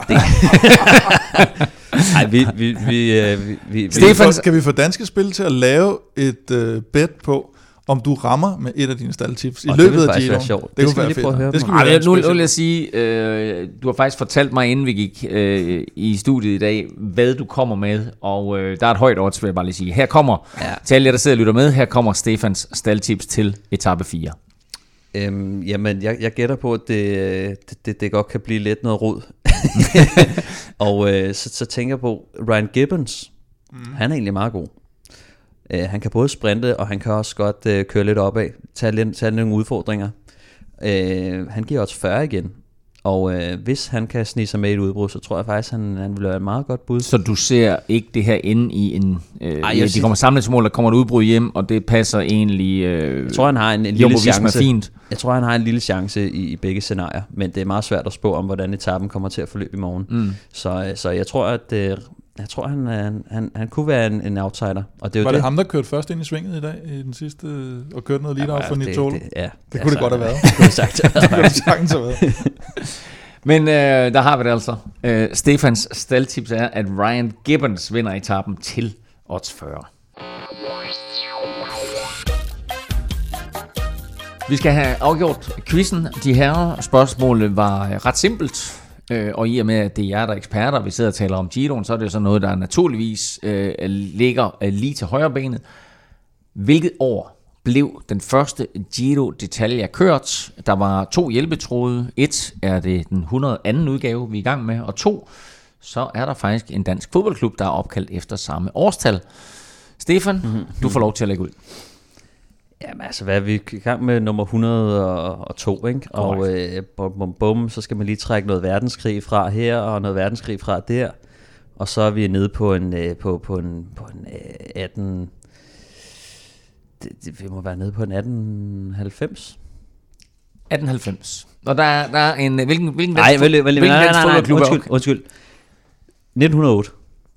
Stefan, kan vi få Danske Spil til at lave et bet på, om du rammer med et af dine staldtips i løbet af Giroen? Det kunne være fedt. Nu vil jeg sige, du har faktisk fortalt mig, inden vi gik i studiet i dag, hvad du kommer med, og der er et højt odds, vil jeg bare lige sige. Her kommer, til alle jer, der sidder og lytter med, her kommer Stefans staldtips til etape 4. Jamen, jeg gætter på, at det godt kan blive lidt noget rod. Og så tænker jeg på, Ryan Gibbons, han er egentlig meget god. Han kan både sprinte, og han kan også godt køre lidt opad, tage nogle udfordringer. Han giver også 40 igen. Og hvis han kan snige sig med i et udbrud, så tror jeg faktisk, han vil være et meget godt bud. Så du ser ikke det her inde i en... de kommer samlet til mål, der kommer et udbrud hjem, og det passer egentlig... jeg tror, han har en lille chance. Fint. Jeg tror, han har en lille chance i begge scenarier, men det er meget svært at spå om, hvordan etappen kommer til at forløbe i morgen. Så jeg tror, at... han kunne være en outsider. Og det er jo det ham, der kørte først ind i svinget i dag, i den sidste, og kørte noget lead-out for Nitolo? Det kunne det godt have været. Det kunne det sagtens have været. Men der har vi det altså. Stefans staldtips er, at Ryan Gibbons vinder etappen til odds 40. Vi skal have afgjort quizzen. De her spørgsmål var ret simpelt. Og i og med, at det er jer, der er eksperter, vi sidder og taler om Giroen, så er det jo sådan noget, der naturligvis ligger lige til højre benet. Hvilket år blev den første Giro d'Italia kørt? Der var 2 hjælpetråde. 1 er det den 102. udgave, vi er i gang med, og 2, så er der faktisk en dansk fodboldklub, der er opkaldt efter samme årstal. Stefan, du får lov til at lægge ud. Jamen altså, hvad er vi i gang med nummer 102, ikke? Og bum, så skal man lige trække noget verdenskrig fra her, og noget verdenskrig fra der. Og så er vi nede på en 18... Vi må være nede på en 1890. 1890. Og der er en... Hvilken undskyld. 1908.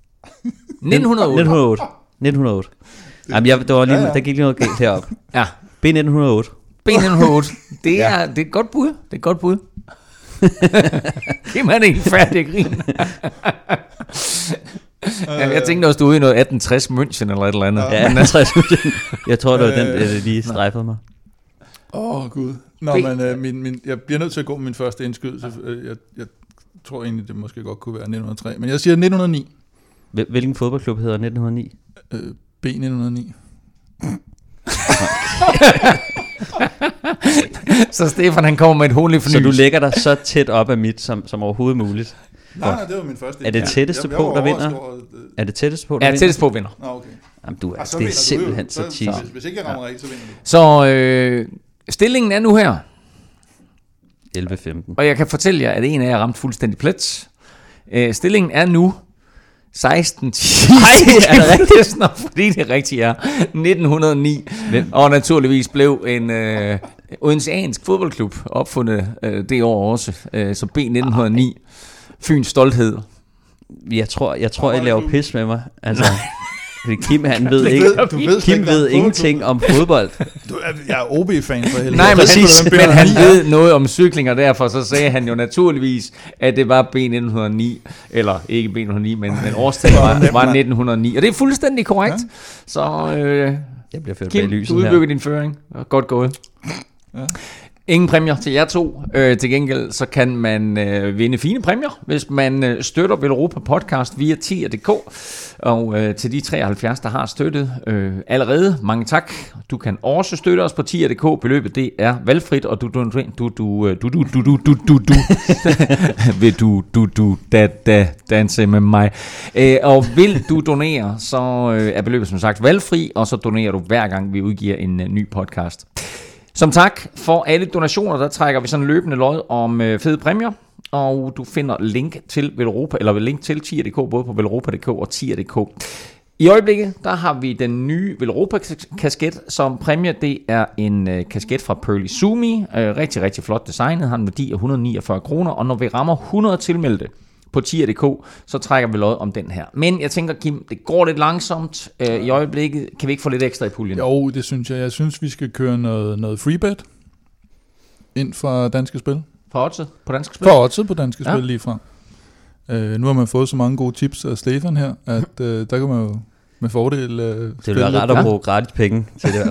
1908. Jamen, det var lige, der gik lige noget galt heroppe. Ja. B1908. B1908. Det er et godt bud. Det er et godt bud. Giv mig en færdig grin. Jeg tænkte også, du er ude i noget 1860 München eller et eller andet. Ja, 1860 München. Jeg tror, det var den, der lige strejfede mig. Gud. Men jeg bliver nødt til at gå med min første indskydelse. Jeg tror egentlig, det måske godt kunne være 1903. Men jeg siger 1909. Hvilken fodboldklub hedder 1909? B1909. Så Stefan, han kommer med et hul i fornyelse. Så du lægger dig så tæt op af mit, som overhovedet muligt? Nej, det var min første. Er det tætteste på, der vinder? Er det tætteste på, der vinder? Ja, tætteste på vinder. Okay. Jamen, det er simpelthen så cheesy. Hvis ikke jeg rammer rigtigt, så vinder du. Så stillingen er nu her. 11-15. Og jeg kan fortælle jer, at en af jer har ramt fuldstændig plet. Stillingen er nu 16-10. Nej, er det rigtigt? Fordi det rigtigt er 1909. Og naturligvis blev en odenseansk fodboldklub opfundet det år også. Så B1909. Fyns stolthed. Jeg tror, jeg laver pis med mig. Altså, Kim, han ved ikke. Kim ved ingenting om fodbold. Jeg er OB-fan for helvede. Nej, men han ved noget om cykling, og derfor så sagde han jo naturligvis, at det var B1909, eller ikke B1909, men årstallet var 1909. Og det er fuldstændig korrekt. Ja. Så jeg bliver ført Kim, bag lyset du udbygger din føring. Godt gået. Ja. Ingen præmier til jer to. Til gengæld så kan man vinde fine præmier, hvis man støtter Velropa Podcast via tier.dk. Og til de 73, der har støttet allerede, mange tak. Du kan også støtte os på tier.dk. Beløbet det er valgfrit, og vil du danse med mig. Og vil du donere, så er beløbet som sagt valgfri, og så donerer du hver gang vi udgiver en ny podcast. Som tak for alle donationer, der trækker vi sådan løbende lod om fede præmier, og du finder link til Velropa, eller link til tier.dk, både på velropa.dk og tier.dk. I øjeblikket, der har vi den nye Velropa-kasket som præmie. Det er en kasket fra Pearly Sumi, rigtig, rigtig flot designet, har en værdi af 149 kroner, og når vi rammer 100 tilmeldte på tier.dk, så trækker vi lod om den her. Men jeg tænker, Kim, det går lidt langsomt i øjeblikket. Kan vi ikke få lidt ekstra i puljen? Jo, det synes jeg. Jeg synes, vi skal køre noget freebet ind fra Danske Spil. For oddset på Danske Spil? For oddset på Danske Spil lige fra. Nu har man fået så mange gode tips af Stefan her, at der kan man jo med fordel det vil være ret at bruge gratis penge til det.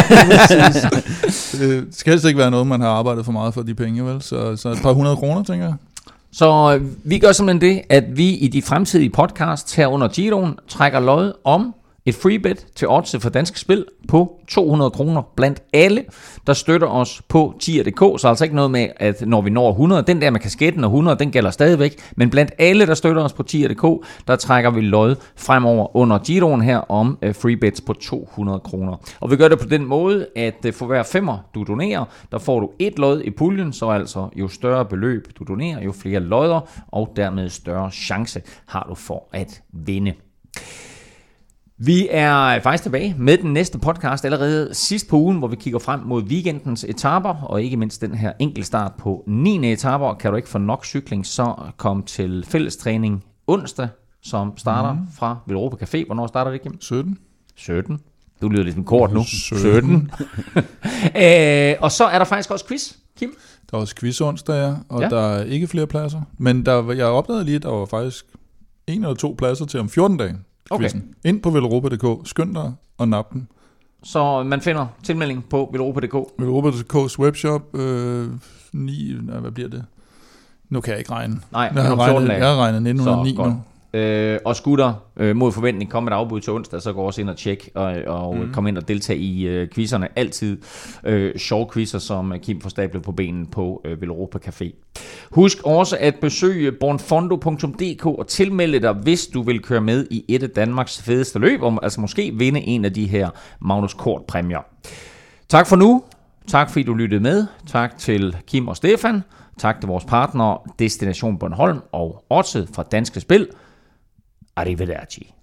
Det skal helst ikke være noget, man har arbejdet for meget for de penge, vel? Så et par 100 kroner, tænker jeg. Så vi gør simpelthen det, at vi i de fremtidige podcasts her under Giroen trækker lod om et freebet til odds for Danske Spil på 200 kroner blandt alle, der støtter os på tier.dk. Så altså ikke noget med, at når vi når 100, den der med kasketten og 100, den gælder stadigvæk. Men blandt alle, der støtter os på tier.dk, der trækker vi lod fremover under Giroen her om freebets på 200 kroner. Og vi gør det på den måde, at for hver 5'er du donerer, der får du et lod i puljen, så altså jo større beløb du donerer, jo flere lodder, og dermed større chance har du for at vinde. Vi er faktisk tilbage med den næste podcast allerede sidst på ugen, hvor vi kigger frem mod weekendens etaper, og ikke mindst den her enkeltstart på 9. etaper. Kan du ikke få nok cykling, så kom til fællestræning onsdag, som starter fra Villeuropa Café. Hvornår starter det, Kim? 17. Du lyder lidt som kort nu. 17. Og så er der faktisk også quiz, Kim. Der er også quiz onsdag, ja, og der er ikke flere pladser. Men jeg opdagede lige, at der var faktisk 1 eller 2 pladser til om 14 dage. Okay. Ind på Villeuropa.dk, skynd dig og nap dem. Så man finder tilmelding på Villeuropa.dk? Villeuropa.dk's webshop, hvad bliver det? Nu kan jeg ikke regne. Nej, jeg har regnet 1909 nu. Og skulle der mod forventning komme et afbud til onsdag, så gå også ind og tjek og komme ind og deltage i quizzerne. Altid sjove quizzer, som Kim får stablet på benen på Villeuropa Café. Husk også at besøge bornfondo.dk og tilmelde dig, hvis du vil køre med i et af Danmarks fedeste løb, og altså måske vinde en af de her Magnus Kort præmier. Tak for nu. Tak fordi du lyttede med. Tak til Kim og Stefan. Tak til vores partnere Destination Bornholm og Odset fra Danske Spil. Arrivederci.